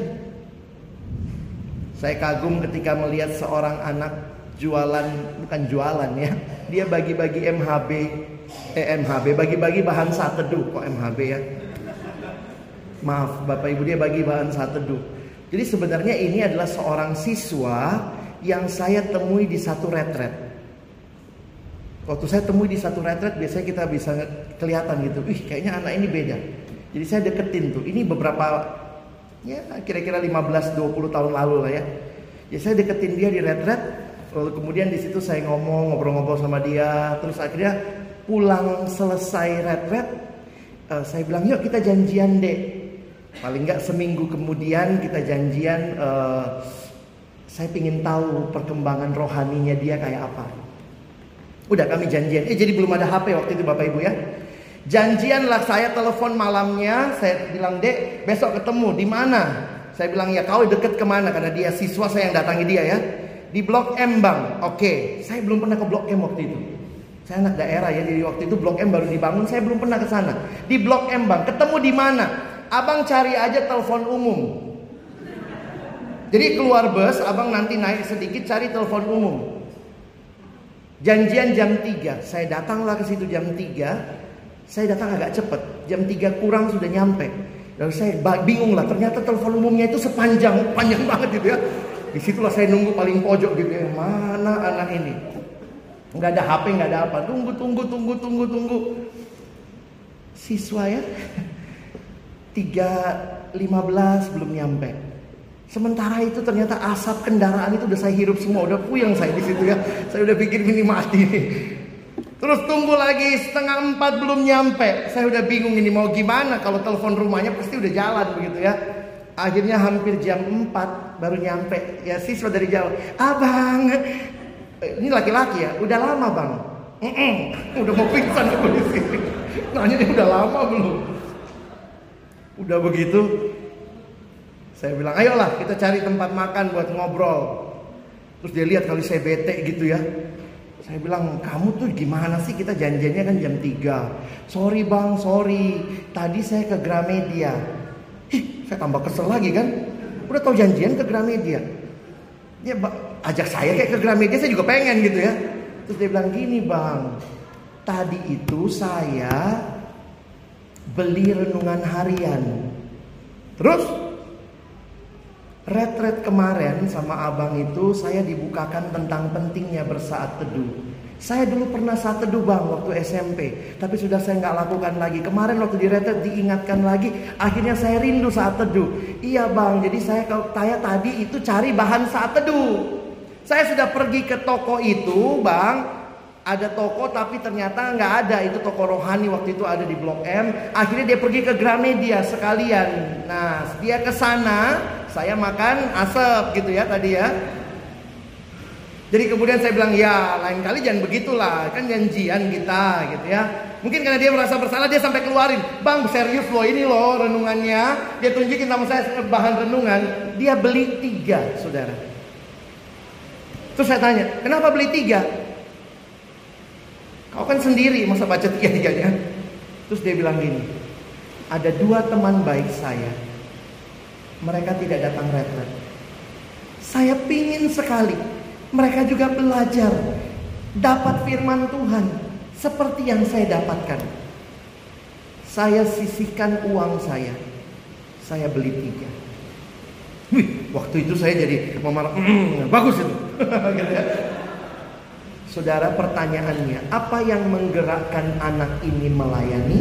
Saya kagum ketika melihat seorang anak jualan, bukan jualan ya, dia bagi-bagi M H B, eh M H B, bagi-bagi bahan saat teduh. Kok M H B ya? Maaf Bapak Ibu, dia bagi bahan saat teduh. Jadi sebenarnya ini adalah seorang siswa yang saya temui di satu retret. Waktu saya temui di satu retret, biasanya kita bisa kelihatan gitu, wih kayaknya anak ini beda. Jadi saya deketin tuh, ini beberapa, ya kira-kira lima belas dua puluh tahun lalu lah ya. Jadi saya deketin dia di retret, lalu kemudian di situ saya ngomong, ngobrol-ngobrol sama dia. Terus akhirnya pulang selesai retret, uh, saya bilang yuk kita janjian deh. Paling nggak seminggu kemudian kita janjian, uh, saya pingin tahu perkembangan rohaninya dia kayak apa. Udah kami janjian, eh jadi belum ada H P waktu itu Bapak Ibu ya. Janjian lah, saya telepon malamnya, saya bilang dek besok ketemu di mana? Saya bilang ya kau deket kemana, karena dia siswa saya yang datangi dia ya. Di Blok M bang. Oke, saya belum pernah ke Blok M waktu itu. Saya anak daerah ya, jadi waktu itu Blok M baru dibangun, saya belum pernah ke sana. Di Blok M bang, ketemu di mana? Abang cari aja telepon umum. Jadi keluar bus, abang nanti naik sedikit cari telepon umum. Janjian jam tiga, saya datanglah ke situ jam tiga. Saya datang agak cepat, jam tiga kurang sudah nyampe. Lalu saya bingung lah, ternyata telepon umumnya itu sepanjang, panjang banget gitu ya. Disitulah saya nunggu paling pojok gitu ya, mana anak ini? Nggak ada H P, nggak ada apa. Tunggu, tunggu, tunggu, tunggu, tunggu. Siswa ya, tiga lima belas belum nyampe. Sementara itu ternyata asap kendaraan itu udah saya hirup semua, udah puyeng saya di situ ya. Saya udah pikir ini mati nih. Terus tunggu lagi setengah empat belum nyampe. Saya udah bingung ini mau gimana, kalau telepon rumahnya pasti udah jalan begitu ya. Akhirnya hampir jam empat baru nyampe. Ya siswa dari jauh, abang, ini laki-laki ya, udah lama bang. Mm-mm. Udah mau pingsan aku di sini. Nanya ini udah lama belum? Udah begitu, saya bilang ayolah kita cari tempat makan buat ngobrol. Terus dia lihat kalau saya bete gitu ya. Saya bilang kamu tuh gimana sih, kita janjiannya kan jam tiga. Sorry bang, sorry, tadi saya ke Gramedia. Ih, saya tambah kesel lagi kan. Udah tahu janjian ke Gramedia, ya ajak saya kayak ke Gramedia, saya juga pengen gitu ya. Terus dia bilang gini bang, tadi itu saya beli renungan harian. Terus retret kemarin sama abang itu saya dibukakan tentang pentingnya bersaat teduh. Saya dulu pernah saat teduh bang waktu S M P, tapi sudah saya nggak lakukan lagi. Kemarin waktu di retret diingatkan lagi, akhirnya saya rindu saat teduh. Iya bang, jadi saya saya tadi itu cari bahan saat teduh. Saya sudah pergi ke toko itu bang. Ada toko tapi ternyata nggak ada, itu toko rohani waktu itu ada di Blok M. Akhirnya dia pergi ke Gramedia sekalian. Nah dia ke sana, saya makan asap gitu ya tadi ya. Jadi kemudian saya bilang, ya lain kali jangan begitulah, kan janjian kita gitu ya. Mungkin karena dia merasa bersalah, dia sampai keluarin, bang serius loh ini loh renungannya. Dia tunjukin sama saya bahan renungan, dia beli tiga saudara. Terus saya tanya, kenapa beli tiga? Kau kan sendiri, masa baca tiga-tiganya? Terus dia bilang gini, ada dua teman baik saya, mereka tidak datang retret. Saya pingin sekali mereka juga belajar dapat firman Tuhan seperti yang saya dapatkan. Saya sisihkan uang saya, saya beli tiga. Wih, waktu itu saya jadi memarah, mm, bagus itu. Gitu ya. Saudara, pertanyaannya, apa yang menggerakkan anak ini melayani?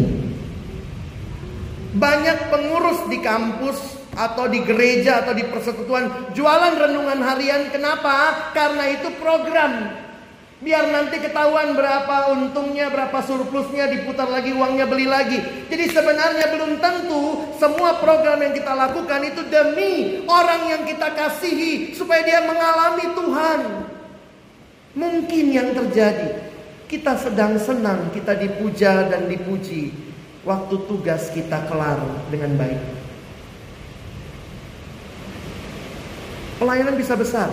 Banyak pengurus di kampus atau di gereja atau di persekutuan jualan renungan harian. Kenapa? Karena itu program. Biar nanti ketahuan berapa untungnya, berapa surplusnya, diputar lagi uangnya, beli lagi. Jadi sebenarnya belum tentu semua program yang kita lakukan itu demi orang yang kita kasihi, supaya dia mengalami Tuhan. Mungkin yang terjadi, kita sedang senang, kita dipuja dan dipuji, waktu tugas kita kelar dengan baik. Pelayanan bisa besar,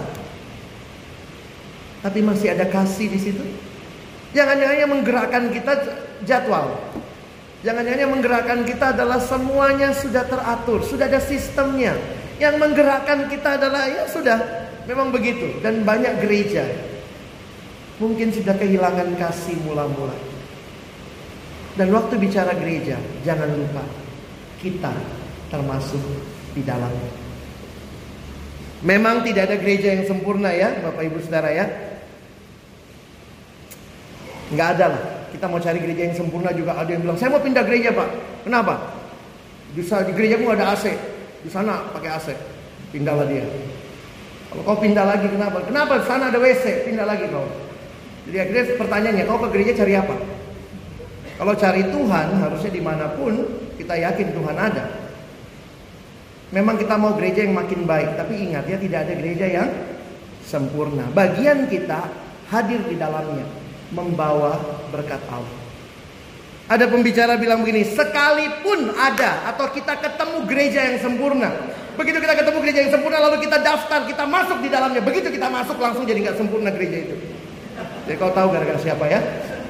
tapi masih ada kasih di situ. Jangan-jangan yang menggerakkan kita jadwal. Jangan-jangan yang menggerakkan kita adalah semuanya sudah teratur, sudah ada sistemnya. Yang menggerakkan kita adalah ya sudah, memang begitu. Dan banyak gereja mungkin sudah kehilangan kasih mula-mula. Dan waktu bicara gereja, jangan lupa kita termasuk di dalamnya. Memang tidak ada gereja yang sempurna ya Bapak Ibu Saudara ya. Nggak ada lah. Kita mau cari gereja yang sempurna juga ada yang bilang, saya mau pindah gereja Pak. Kenapa? Bisa di gerejamu ada A C, di sana pakai A C. Pindahlah dia. Kalau kau pindah lagi kenapa? Kenapa? Di sana ada W C, pindah lagi kau. Jadi akhirnya pertanyaannya, kau ke gereja cari apa? Kalau cari Tuhan, harusnya dimanapun kita yakin Tuhan ada. Memang kita mau gereja yang makin baik, tapi ingat ya, tidak ada gereja yang sempurna. Bagian kita hadir di dalamnya, membawa berkat Allah. Ada pembicara bilang begini, sekalipun ada atau kita ketemu gereja yang sempurna, begitu kita ketemu gereja yang sempurna lalu kita daftar, kita masuk di dalamnya, begitu kita masuk langsung jadi nggak sempurna gereja itu. Jadi kau tahu gara-gara siapa ya?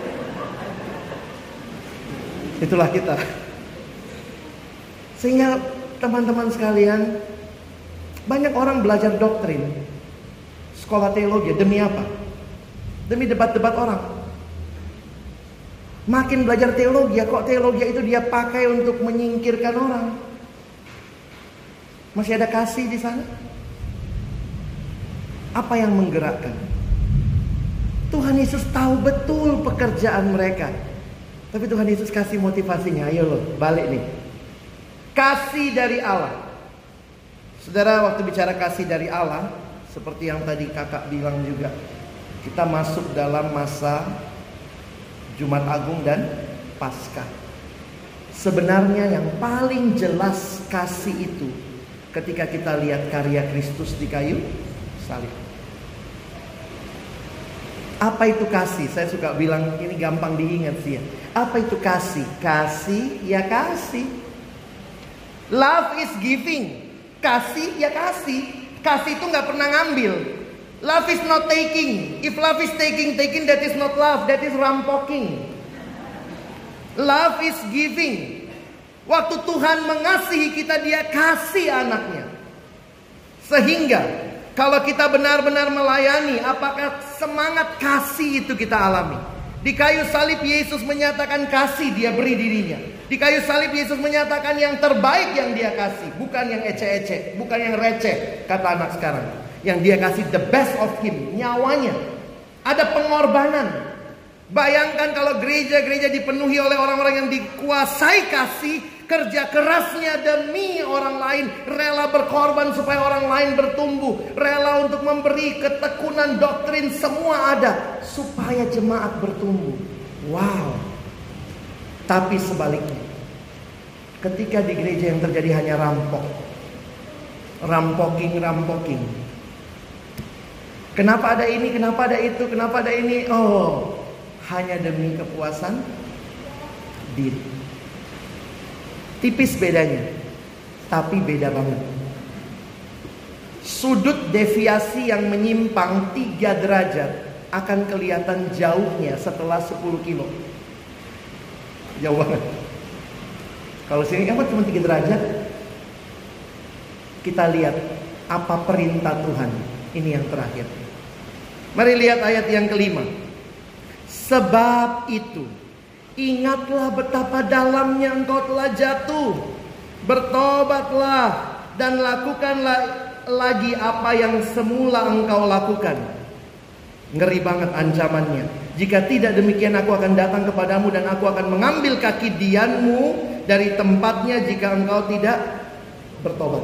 Itulah kita. Sehingga teman-teman sekalian, banyak orang belajar doktrin, sekolah teologi, demi apa? Demi debat-debat orang. Makin belajar teologi, kok teologi itu dia pakai untuk menyingkirkan orang? Masih ada kasih di sana? Apa yang menggerakkan? Tuhan Yesus tahu betul pekerjaan mereka, tapi Tuhan Yesus kasih motivasinya. Ayo loh, balik nih. Kasih dari Allah. Saudara, waktu bicara kasih dari Allah, seperti yang tadi kakak bilang juga, kita masuk dalam masa Jumat Agung dan Paskah. Sebenarnya yang paling jelas kasih itu ketika kita lihat karya Kristus di kayu salib. Apa itu kasih? Saya suka bilang ini gampang diingat sih ya. Apa itu kasih? Kasih ya kasih. Love is giving. Kasih ya kasih. Kasih itu gak pernah ngambil. Love is not taking. If love is taking, taking that is not love, that is rampoking. Love is giving. Waktu Tuhan mengasihi kita, dia kasih anaknya. Sehingga kalau kita benar-benar melayani, apakah semangat kasih itu kita alami? Di kayu salib Yesus menyatakan kasih, dia beri dirinya. Di kayu salib Yesus menyatakan yang terbaik yang dia kasih, bukan yang ece-ece, bukan yang receh, kata anak sekarang. Yang dia kasih the best of him, nyawanya. Ada pengorbanan. Bayangkan kalau gereja-gereja dipenuhi oleh orang-orang yang dikuasai kasih, kerja kerasnya demi orang lain, rela berkorban supaya orang lain bertumbuh, rela untuk memberi ketekunan doktrin, semua ada supaya jemaat bertumbuh. Wow. Tapi sebaliknya, ketika di gereja yang terjadi hanya rampok, rampoking, rampoking, Kenapa ada ini, kenapa ada itu, kenapa ada ini? Oh, hanya demi kepuasan diri. Tipis bedanya, tapi beda banget. Sudut deviasi yang menyimpang tiga derajat akan kelihatan jauhnya setelah sepuluh kilo. Jauh banget. Kalau sini emang cuma tiga derajat. Kita lihat apa perintah Tuhan. Ini yang terakhir. Mari lihat ayat yang kelima. Sebab itu, ingatlah betapa dalamnya engkau telah jatuh. Bertobatlah dan lakukanlah lagi apa yang semula engkau lakukan. Ngeri banget ancamannya. Jika tidak demikian, aku akan datang kepadamu dan aku akan mengambil kaki dianmu dari tempatnya jika engkau tidak bertobat.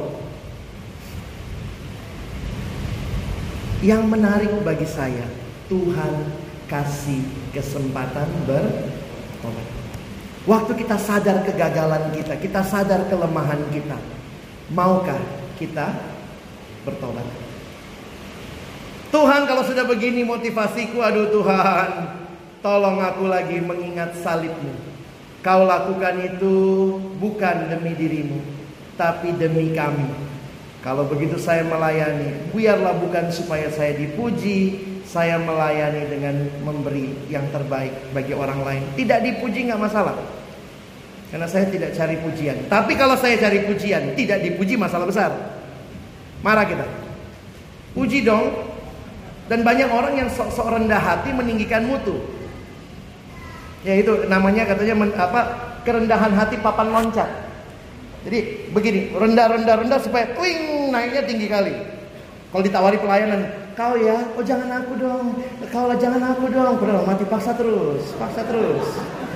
Yang menarik bagi saya, Tuhan kasih kesempatan bertobat. Waktu kita sadar kegagalan kita, kita sadar kelemahan kita, maukah kita bertobat? Tuhan, kalau sudah begini motivasiku, aduh Tuhan, tolong aku lagi mengingat salib-Mu. Kau lakukan itu bukan demi dirimu, tapi demi kami. Kalau begitu saya melayani, biarlah bukan supaya saya dipuji, saya melayani dengan memberi yang terbaik bagi orang lain. Tidak dipuji nggak masalah, karena saya tidak cari pujian. Tapi kalau saya cari pujian, tidak dipuji, masalah besar. Marah kita. Puji dong. Dan banyak orang yang sok-sok rendah hati meninggikan mutu. Ya itu namanya katanya men, apa, kerendahan hati papan loncat. Jadi begini, rendah-rendah-rendah supaya twing, naiknya tinggi kali. Kalau ditawari pelayanan, kau ya, oh jangan aku dong, kau lah jangan aku dong. Padahal mati paksa terus, paksa terus.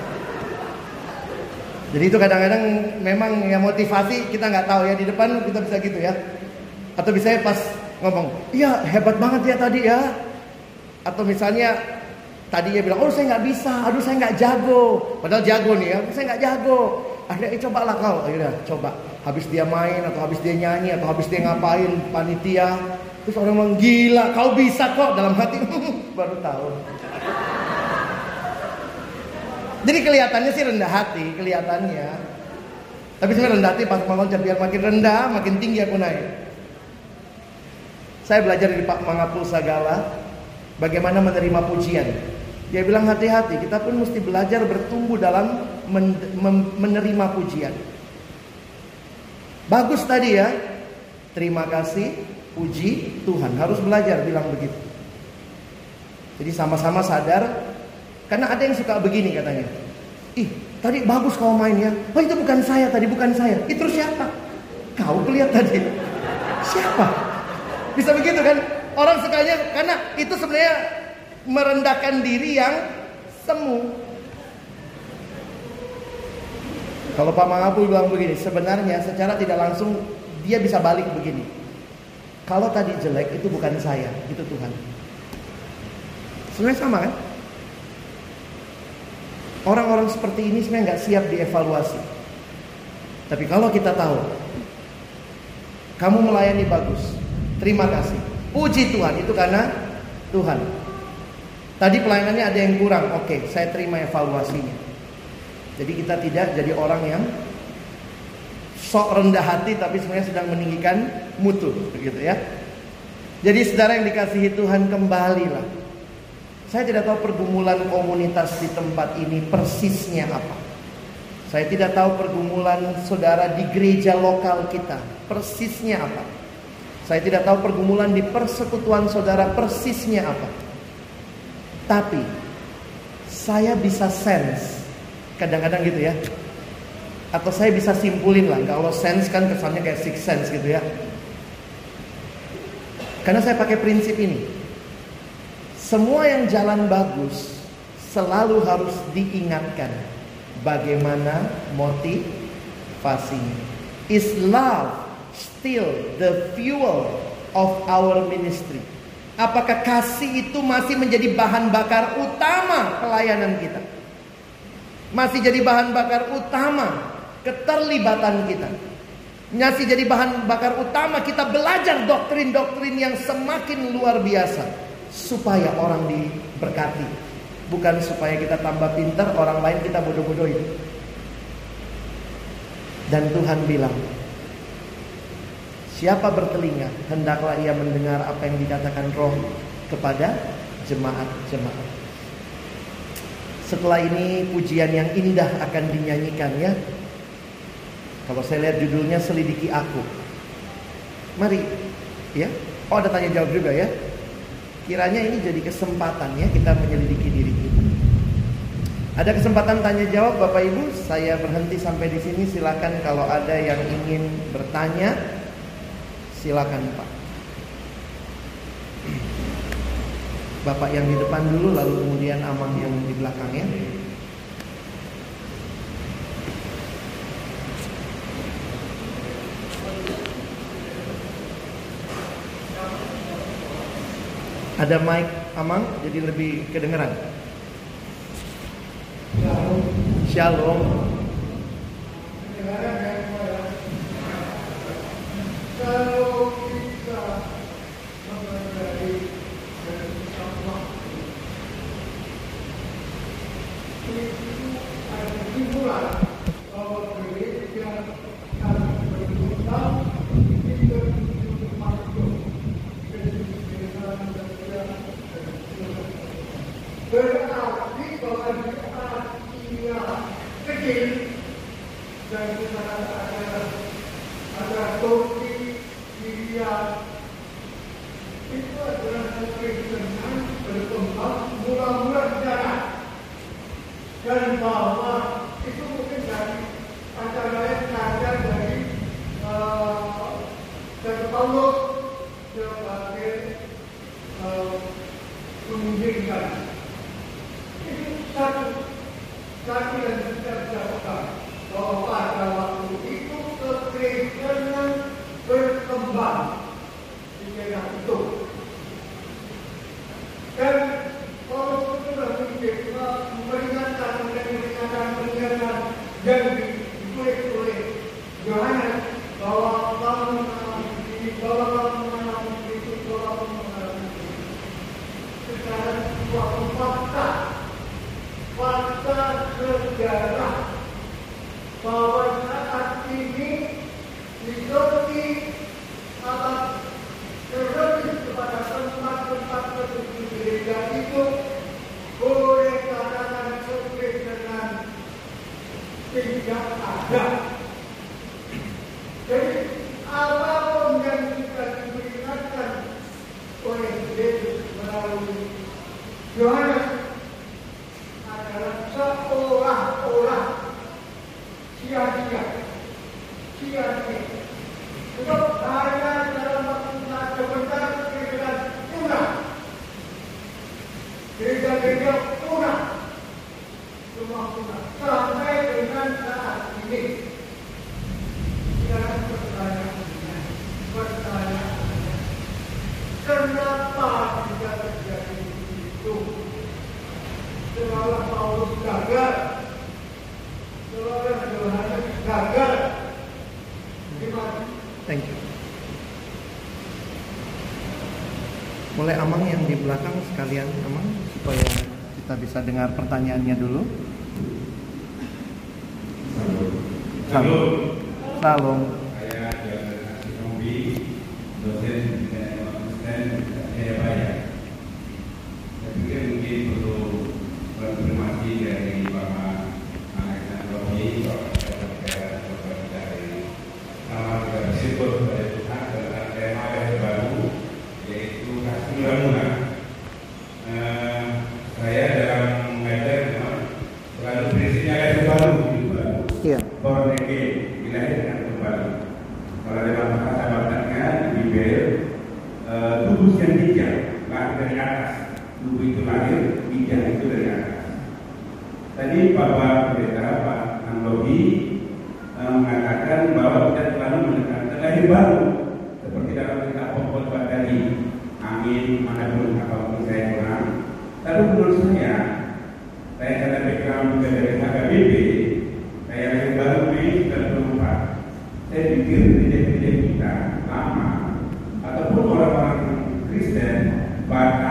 Jadi itu kadang-kadang memang ya motivasi kita nggak tahu ya, di depan kita bisa gitu ya. Atau bisa pas ngomong, iya hebat banget ya tadi ya. Atau misalnya tadi dia bilang, oh saya nggak bisa, aduh saya nggak jago. Padahal jago nih ya, saya nggak jago. Akhirnya eh, cobalah kau, akhirnya coba. Habis dia main atau habis dia nyanyi atau habis dia ngapain panitia, terus orang bilang gila, kau bisa kok. Dalam hati baru tahu. Jadi kelihatannya sih rendah hati, kelihatannya. Tapi sebenarnya rendah hati pas meloncat, biar makin rendah makin tinggi aku naik. Saya belajar dari Pak Mangapul Sagala bagaimana menerima pujian. Dia bilang hati-hati, kita pun mesti belajar bertumbuh dalam men men menerima pujian. Bagus tadi ya, terima kasih, puji Tuhan. Harus belajar bilang begitu. Jadi sama-sama sadar, karena ada yang suka begini katanya. Ih, tadi bagus kau main ya. Oh itu bukan saya tadi, bukan saya. Itu siapa? Kau lihat tadi. Siapa? Bisa begitu kan? Orang sukanya karena itu sebenarnya merendahkan diri yang semu. Kalau Pak Mangapul bilang begini, sebenarnya secara tidak langsung dia bisa balik begini. Kalau tadi jelek itu bukan saya, itu Tuhan. Sebenarnya sama kan? Orang-orang seperti ini sebenarnya nggak siap dievaluasi. Tapi kalau kita tahu, kamu melayani bagus, terima kasih, puji Tuhan, itu karena Tuhan. Tadi pelayanannya ada yang kurang, oke, saya terima evaluasinya. Jadi kita tidak jadi orang yang sok rendah hati tapi sebenarnya sedang meninggikan mutu, begitu ya. Jadi saudara yang dikasihi Tuhan, kembalilah. Saya tidak tahu pergumulan komunitas di tempat ini persisnya apa. Saya tidak tahu pergumulan saudara di gereja lokal kita persisnya apa. Saya tidak tahu pergumulan di persekutuan saudara persisnya apa. Tapi saya bisa sense, kadang-kadang gitu ya. Atau saya bisa simpulin lah. Kalau sense kan kesannya kayak six sense gitu ya. Karena saya pakai prinsip ini. Semua yang jalan bagus selalu harus diingatkan bagaimana motivasinya. Is love still the fuel of our ministry? Apakah kasih itu masih menjadi bahan bakar utama pelayanan kita? Masih jadi bahan bakar utama keterlibatan kita? Masih jadi bahan bakar utama kita belajar doktrin-doktrin yang semakin luar biasa? supaya orang diberkati, bukan supaya kita tambah pintar, orang lain kita bodoh-bodohin. Dan Tuhan bilang, siapa bertelinga, hendaklah ia mendengar apa yang dikatakan Roh kepada jemaat-jemaat. Setelah ini pujian yang indah akan dinyanyikan ya. Kalau saya lihat judulnya Selidiki Aku. Mari ya. Oh, ada tanya jawab juga ya. Kiranya ini jadi kesempatan ya kita menyelidiki diri kita. Ada kesempatan tanya jawab Bapak Ibu. Saya berhenti sampai di sini. Silakan kalau ada yang ingin bertanya, silakan Pak. Bapak yang di depan dulu, lalu kemudian Amang yang di belakang ya. Ada mic Amang, jadi lebih kedengeran. Shalom. Kalau kita mempelajari sama itu ada kesimpulan bahwa gereja harus berkembang itu untuk masuk ke dalam berarti bahwa dia kecil dan kita ada ada topi dia itu adalah kekristenan berkembang mula-mula sejarah, dan bahwa itu mungkin dari antara lain ada dari uh, dari Paulus sebagai uh, menginginkan itu satu satu yang kita bicarakan bahwa pada waktu itu kekristenan berkembang di daerah itu, dan Paulus itu sudah memperingatkan dan memperingatkan peringatan yang ditulis oleh Yohanes bahwa kamu mengalami bahwa kamu mengalami itu bahwa kamu mengalami itu secara suatu fakta fakta sejarah bahwa saat ini diganti atas terlebih kepada tempat-tempat tertentu gereja itu boleh katakan kekristenan tidak ada. Jadi apapun yang kita diberikan oleh Yesus melalui Yohanes adalah seolah-olah sia-sia, sia-sia. Sebab hanya dalam waktu sebentar gereja punah, gereja-gereja punah, semua punah sampai dengan saat ini. Sekarang pertanyaannya, pertanyaannya, kenapa tidak terjadi itu? Seolah Paulus gagal, seolah Yohanes gagal. Gimana? Thank you. Mulai Amang yang di belakang sekalian Amang, supaya kita bisa dengar pertanyaannya dulu. Salam. Salam. Saya Jonas Rombi, dosen dan asisten Jayabaya. Saya pikir mungkin perlu konfirmasi dari Bapak Alexander Rombi, Bapak dari nama kita bersyukur kepada Tuhan tentang tema yang baru, yaitu kasih mula-mula. Uh, saya dalam mengajar selalu prinsipnya kasih baru, baru. Iya. Born again, dilahirkan kembali. Kalau dalam bahasa Bataknya di Bibel, uh, tubuh yang bijak lahir dari atas. Tubuh itu lahir, bijak itu dari atas. Tadi Bapak Pendeta Pak Anlohi uh, mengatakan bahwa kita selalu menekankan lahir baru, seperti dalam kitab pengkhotbah tadi. Amin, manapun apapun saya kurang. Tapi menurut saya, saya kata background juga dari H K B P. Saya yang baru Mei sembilan puluh empat. Saya pikir gereja-gereja kita lama ataupun orang-orang Kristen, Batak,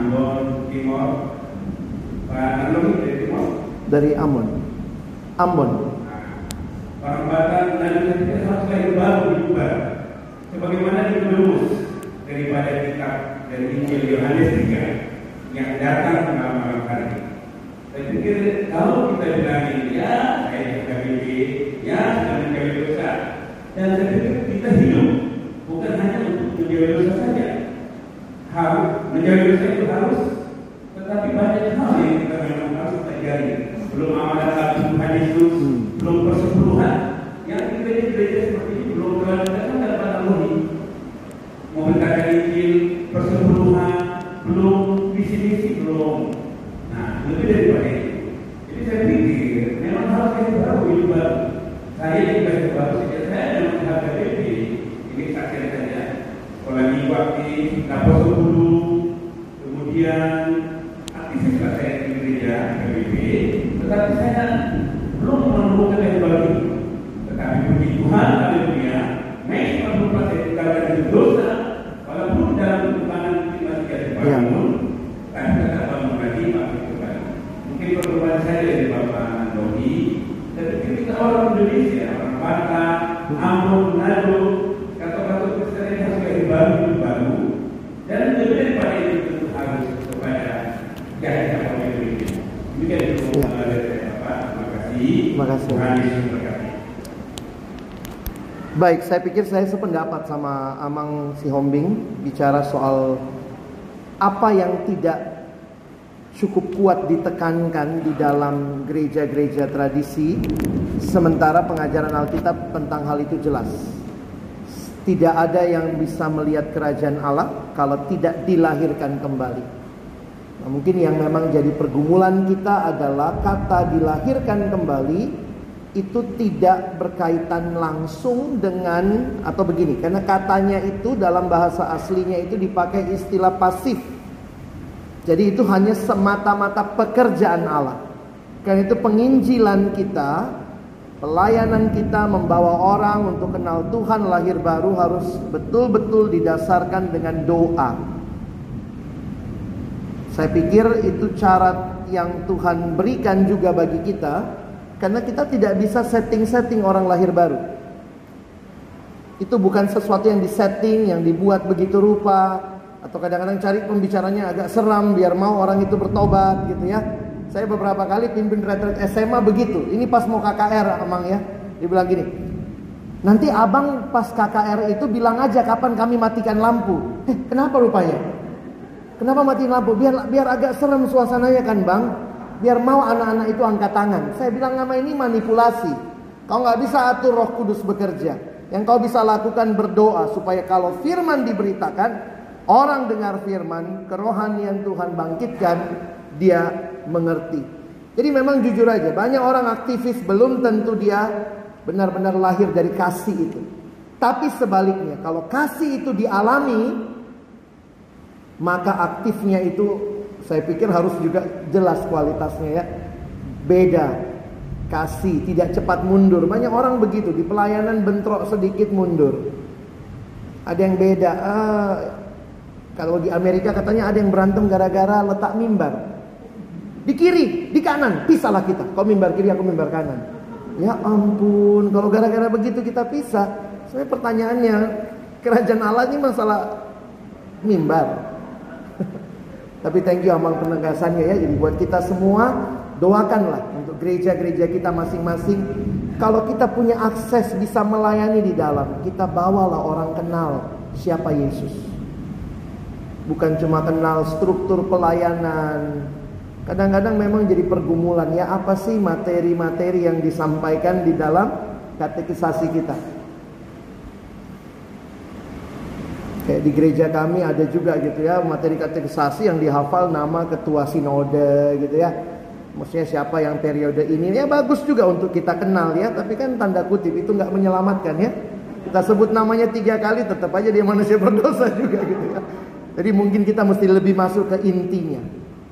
Ambon, Timor. Pak Naluri dari Timor. Dari Ambon. Ambon. Nah, orang Batak dan kita harus lahir baru di Tuban. Sebagaimana ditulis daripada kitab dari Injil Yohanes tiga yang datang dalam malam hari. Saya pikir kalau kita bilang ini ya saya K B B, ya sudah menjauhi dosa, dan saya pikir kita hidup bukan hanya untuk menjauhi dosa saja. Harus menjauhi dosa itu harus, tetapi banyak hal yang kita memang harus pelajari. Belum amalan Nabi Tuhan Yesus, belum persepuluhan. Yang gereja-gereja seperti ini belum terlalu datang dan melalui memberitakan Injil, persepuluhan, belum visi-visi belum. Nah, lebih daripada itu. Jadi saya pikir memang harus kita baru hidup baru. Saya juga baru saja saya memang H K B P ini saksian saja. Sekolah minggu aktif, dapur sepuluh, kemudian aktivis saya di gereja H K B P. Tetapi saya belum menemukan yang baru. Tetapi puji Tuhan, haleluya, memang berupa saya dikatakan dosa, walaupun dalam perkembangan kita masih ada bangun, tapi tetap bangun lagi, masih kembali. Mungkin perkembangan saya dari Bapak Dodi, tapi kita orang Indonesia, orang Batak, Ambon, Manado, kata-kata Kristen harus dari baru baru, dan lebih daripada itu tentu harus kepada yang kita memiliki. Demikian itu dari saya, Bapak. Terima kasih. Terima kasih. Tuhan Yesus berkati. Baik, saya pikir saya sependapat sama Amang Sihombing bicara soal apa yang tidak cukup kuat ditekankan di dalam gereja-gereja tradisi, sementara pengajaran Alkitab tentang hal itu jelas. Tidak ada yang bisa melihat kerajaan Allah kalau tidak dilahirkan kembali. Nah, mungkin yang memang jadi pergumulan kita adalah kata dilahirkan kembali itu tidak berkaitan langsung dengan, atau begini, karena katanya itu dalam bahasa aslinya itu dipakai istilah pasif. Jadi itu hanya semata-mata pekerjaan Allah. Karena itu penginjilan kita, pelayanan kita membawa orang untuk kenal Tuhan lahir baru harus betul-betul didasarkan dengan doa. Saya pikir itu cara yang Tuhan berikan juga bagi kita. Karena kita tidak bisa setting-setting orang lahir baru. Itu bukan sesuatu yang disetting, yang dibuat begitu rupa. Atau kadang-kadang cari pembicaranya agak seram biar mau orang itu bertobat gitu ya. Saya beberapa kali pimpin retret S M A begitu. Ini pas mau K K R Amang ya. Dia bilang gini, nanti abang pas K K R itu bilang aja kapan kami matikan lampu. Eh kenapa rupanya? Kenapa matiin lampu? Biar, biar agak serem suasananya kan bang. Biar mau anak-anak itu angkat tangan. Saya bilang nama ini manipulasi. Kau gak bisa atur Roh Kudus bekerja. Yang kau bisa lakukan berdoa supaya kalau firman diberitakan, orang dengar firman, kerohanian Tuhan bangkitkan, dia mengerti. Jadi memang jujur aja, banyak orang aktivis belum tentu dia benar-benar lahir dari kasih itu. Tapi sebaliknya, kalau kasih itu dialami, maka aktifnya itu saya pikir harus juga jelas kualitasnya ya. Beda. Kasih, tidak cepat mundur. Banyak orang begitu, di pelayanan bentrok sedikit mundur. Ada yang beda. Ah, kalau di Amerika katanya ada yang berantem gara-gara letak mimbar. Di kiri, di kanan, pisahlah kita. Kau mimbar kiri, aku mimbar kanan. Ya ampun, kalau gara-gara begitu kita pisah. Sebenarnya pertanyaannya, kerajaan Allah ini masalah mimbar. Tapi thank you Amang penegasannya ya. Jadi buat kita semua, doakanlah untuk gereja-gereja kita masing-masing. Kalau kita punya akses bisa melayani di dalam, kita bawalah orang kenal siapa Yesus. Bukan cuma kenal struktur pelayanan. Kadang-kadang memang jadi pergumulan ya, apa sih materi-materi yang disampaikan di dalam katekisasi kita. Kayak di gereja kami ada juga gitu ya, materi katekisasi yang dihafal nama ketua sinode gitu ya. Maksudnya siapa yang periode ini, ya bagus juga untuk kita kenal ya. Tapi kan tanda kutip itu nggak menyelamatkan ya. Kita sebut namanya tiga kali tetap aja dia manusia berdosa juga gitu ya. Jadi mungkin kita mesti lebih masuk ke intinya.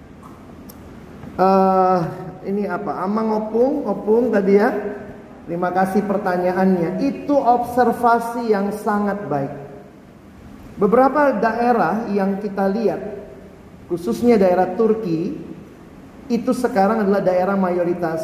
uh, Ini apa, Amang Opung, Opung tadi ya. Terima kasih pertanyaannya. Itu observasi yang sangat baik. Beberapa daerah yang kita lihat khususnya daerah Turki, itu sekarang adalah daerah mayoritas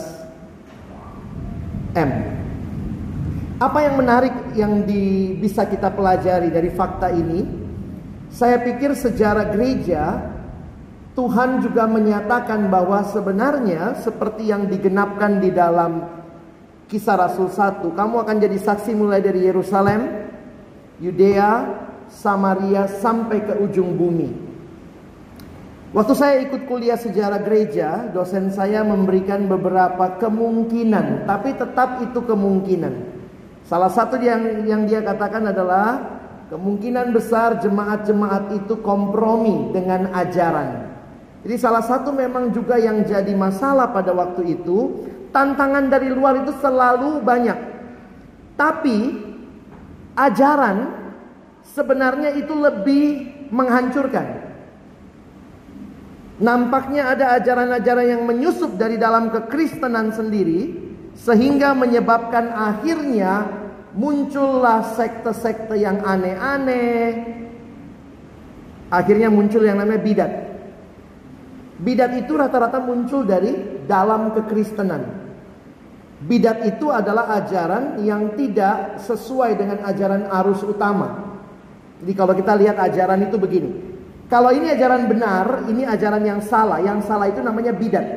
M. Apa yang menarik yang di, bisa kita pelajari dari fakta ini? Saya pikir sejarah gereja, Tuhan juga menyatakan bahwa sebenarnya seperti yang digenapkan di dalam Kisah Rasul satu, kamu akan jadi saksi mulai dari Yerusalem, Yudea, Samaria sampai ke ujung bumi. Waktu saya ikut kuliah sejarah gereja, dosen saya memberikan beberapa kemungkinan, tapi tetap itu kemungkinan. Salah satu yang yang dia katakan adalah kemungkinan besar jemaat-jemaat itu kompromi dengan ajaran. Jadi salah satu memang juga yang jadi masalah pada waktu itu, tantangan dari luar itu selalu banyak. Tapi ajaran sebenarnya itu lebih menghancurkan. Nampaknya ada ajaran-ajaran yang menyusup dari dalam kekristenan sendiri, sehingga menyebabkan akhirnya muncullah sekte-sekte yang aneh-aneh. Akhirnya muncul yang namanya bidat. Bidat itu rata-rata muncul dari dalam kekristenan. Bidat itu adalah ajaran yang tidak sesuai dengan ajaran arus utama. Jadi kalau kita lihat ajaran itu begini. Kalau ini ajaran benar, ini ajaran yang salah. Yang salah itu namanya bidat.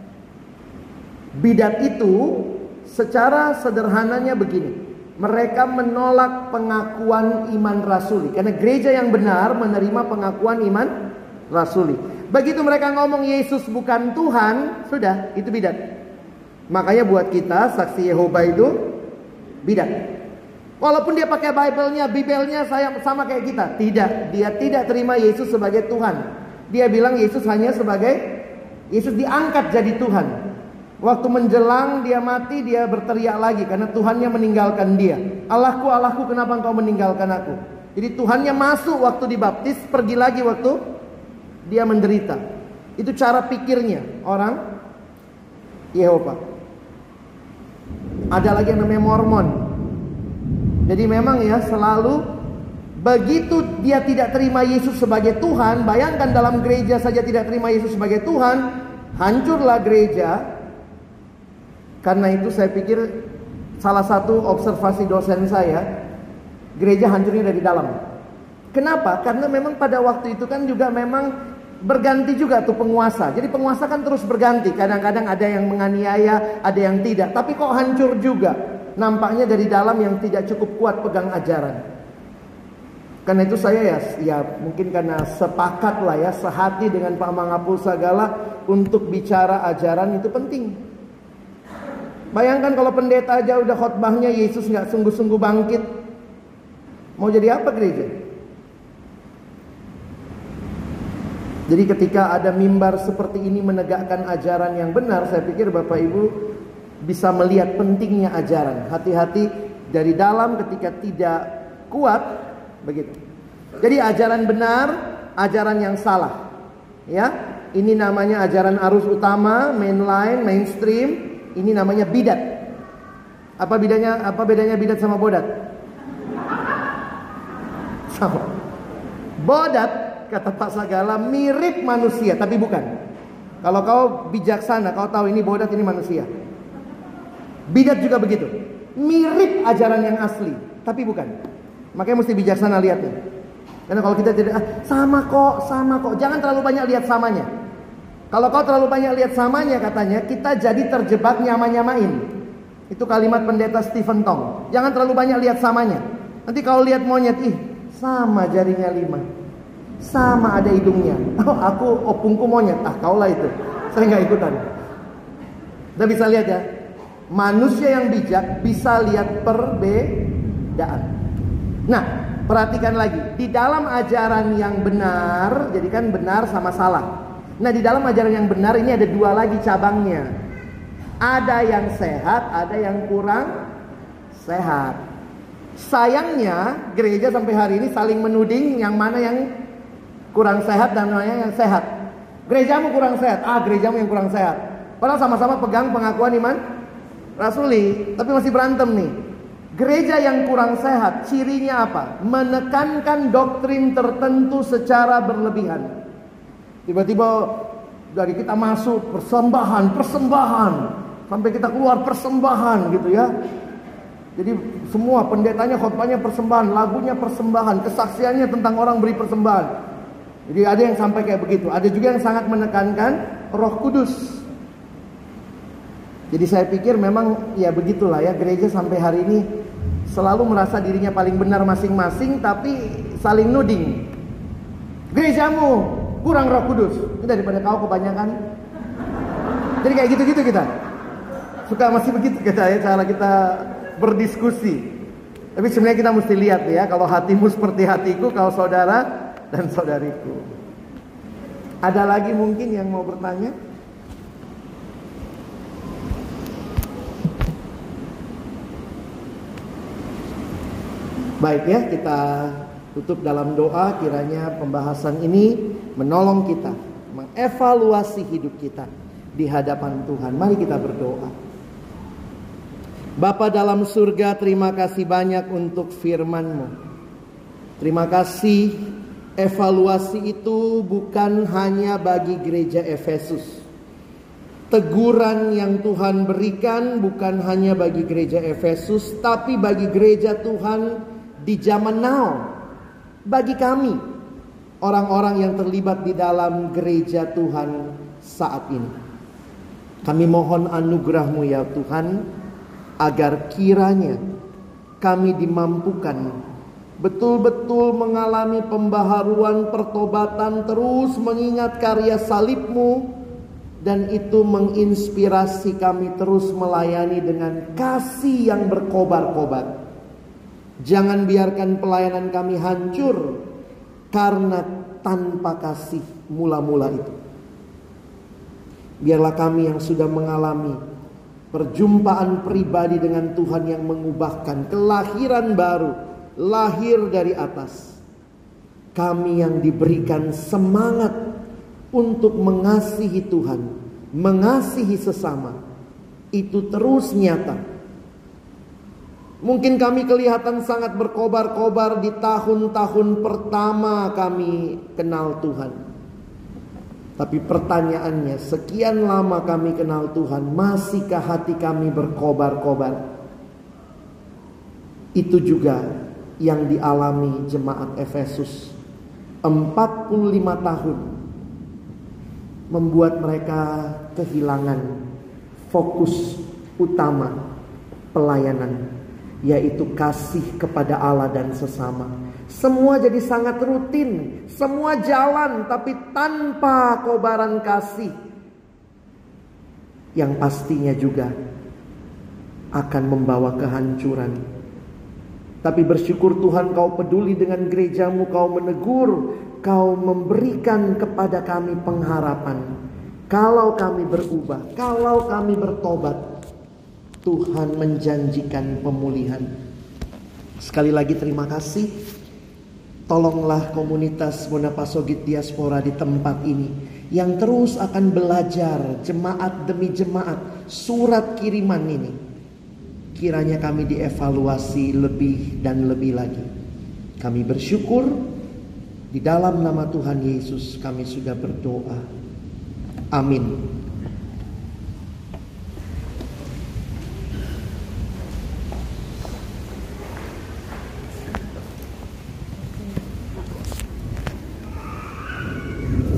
Bidat itu secara sederhananya begini. Mereka menolak pengakuan iman rasuli. Karena gereja yang benar menerima pengakuan iman rasuli. Begitu mereka ngomong Yesus bukan Tuhan, sudah, itu bidat. Makanya buat kita saksi Yehova itu bidat. Walaupun dia pakai Bible-nya, Bibelnya saya sama kayak kita, tidak, dia tidak terima Yesus sebagai Tuhan. Dia bilang Yesus hanya sebagai, Yesus diangkat jadi Tuhan. Waktu menjelang dia mati, dia berteriak lagi karena Tuhannya meninggalkan dia. Allahku, Allahku, kenapa engkau meninggalkan aku? Jadi Tuhannya masuk waktu dibaptis, pergi lagi waktu dia menderita. Itu cara pikirnya orang Yehova. Ada lagi yang namanya Mormon. Jadi memang ya selalu begitu dia tidak terima Yesus sebagai Tuhan. Bayangkan dalam gereja saja tidak terima Yesus sebagai Tuhan, hancurlah gereja. Karena itu saya pikir salah satu observasi dosen saya, gereja hancurnya dari dalam. Kenapa? Karena memang pada waktu itu kan juga memang berganti juga tuh penguasa. Jadi penguasa kan terus berganti. Kadang-kadang ada yang menganiaya, ada yang tidak. Tapi kok hancur juga? Nampaknya dari dalam yang tidak cukup kuat pegang ajaran. Karena itu saya ya, ya mungkin karena sepakat lah ya, sehati dengan Pak Mangapul Sagala untuk bicara ajaran itu penting. Bayangkan kalau pendeta aja udah khotbahnya Yesus nggak sungguh-sungguh bangkit, mau jadi apa gereja? Jadi ketika ada mimbar seperti ini menegakkan ajaran yang benar, saya pikir Bapak Ibu bisa melihat pentingnya ajaran. Hati-hati dari dalam ketika tidak kuat, begitu. Jadi ajaran benar, ajaran yang salah. Ya, ini namanya ajaran arus utama, mainline, mainstream. Ini namanya bidat. Apa bedanya? Apa bedanya bidat sama bodat? Sama. Bodat, kata Pak Sagala, mirip manusia, tapi bukan. Kalau kau bijaksana, kau tahu ini bodat, ini manusia. Bidat juga begitu. Mirip ajaran yang asli, tapi bukan. Makanya mesti bijaksana lihatnya. Karena kalau kita tidak, ah, sama kok, sama kok. Jangan terlalu banyak lihat samanya. Kalau kau terlalu banyak lihat samanya, katanya, kita jadi terjebak nyama-nyamain. Itu kalimat pendeta Stephen Tong. Jangan terlalu banyak lihat samanya. Nanti kalau lihat monyet, ih, sama jarinya lima. Sama ada hidungnya. Oh, aku opungku monyet. Ah, kaulah itu. Saya nggak ikutan. Kita bisa lihat ya. Manusia yang bijak bisa lihat perbedaan. Nah, perhatikan lagi. Di dalam ajaran yang benar, jadi kan benar sama salah. Nah, di dalam ajaran yang benar ini ada dua lagi cabangnya. Ada yang sehat, ada yang kurang sehat. Sayangnya gereja sampai hari ini saling menuding yang mana yang kurang sehat dan mana yang sehat. Gerejamu kurang sehat, ah gerejamu yang kurang sehat. Padahal sama-sama pegang pengakuan iman rasuli, tapi masih berantem nih. Gereja yang kurang sehat, cirinya apa? Menekankan doktrin tertentu secara berlebihan. Tiba-tiba dari kita masuk persembahan, persembahan, sampai kita keluar persembahan gitu ya. Jadi semua pendetanya khotbahnya persembahan, lagunya persembahan, kesaksiannya tentang orang beri persembahan. Jadi ada yang sampai kayak begitu. Ada juga yang sangat menekankan Roh Kudus. Jadi saya pikir memang ya begitulah ya, gereja sampai hari ini selalu merasa dirinya paling benar masing-masing, tapi saling nuding. Gerejamu kurang Roh Kudus. Ini daripada kau kebanyakan. Jadi kayak gitu-gitu kita. Suka masih begitu kita ya, cara kita berdiskusi. Tapi sebenarnya kita mesti lihat ya, kalau hatimu seperti hatiku, kau saudara dan saudariku. Ada lagi mungkin yang mau bertanya? Baik ya, kita tutup dalam doa. Kiranya pembahasan ini menolong kita mengevaluasi hidup kita di hadapan Tuhan. Mari kita berdoa. Bapa dalam surga, terima kasih banyak untuk firman-Mu. Terima kasih, evaluasi itu bukan hanya bagi gereja Efesus. Teguran yang Tuhan berikan bukan hanya bagi gereja Efesus, tapi bagi gereja Tuhan di zaman now. Bagi kami, orang-orang yang terlibat di dalam gereja Tuhan saat ini. Kami mohon anugerah-Mu ya Tuhan, agar kiranya kami dimampukan betul-betul mengalami pembaharuan, pertobatan, terus mengingat karya salib-Mu, dan itu menginspirasi kami terus melayani dengan kasih yang berkobar-kobar. Jangan biarkan pelayanan kami hancur karena tanpa kasih mula-mula itu. Biarlah kami yang sudah mengalami perjumpaan pribadi dengan Tuhan yang mengubahkan, kelahiran baru, lahir dari atas. Kami yang diberikan semangat untuk mengasihi Tuhan, mengasihi sesama, itu terus nyata. Mungkin kami kelihatan sangat berkobar-kobar di tahun-tahun pertama kami kenal Tuhan. Tapi pertanyaannya, sekian lama kami kenal Tuhan, masihkah hati kami berkobar-kobar? Itu juga yang dialami jemaat Efesus. empat puluh lima tahun membuat mereka kehilangan fokus utama pelayanan, yaitu kasih kepada Allah dan sesama. Semua jadi sangat rutin, semua jalan tapi tanpa kobaran kasih, yang pastinya juga akan membawa kehancuran. Tapi bersyukur Tuhan, Kau peduli dengan gereja-Mu, Kau menegur, Kau memberikan kepada kami pengharapan. Kalau kami berubah, kalau kami bertobat, Tuhan menjanjikan pemulihan. Sekali lagi terima kasih. Tolonglah komunitas Monapasogit Diaspora di tempat ini yang terus akan belajar jemaat demi jemaat surat kiriman ini. Kiranya kami dievaluasi lebih dan lebih lagi. Kami bersyukur, di dalam nama Tuhan Yesus kami sudah berdoa. Amin.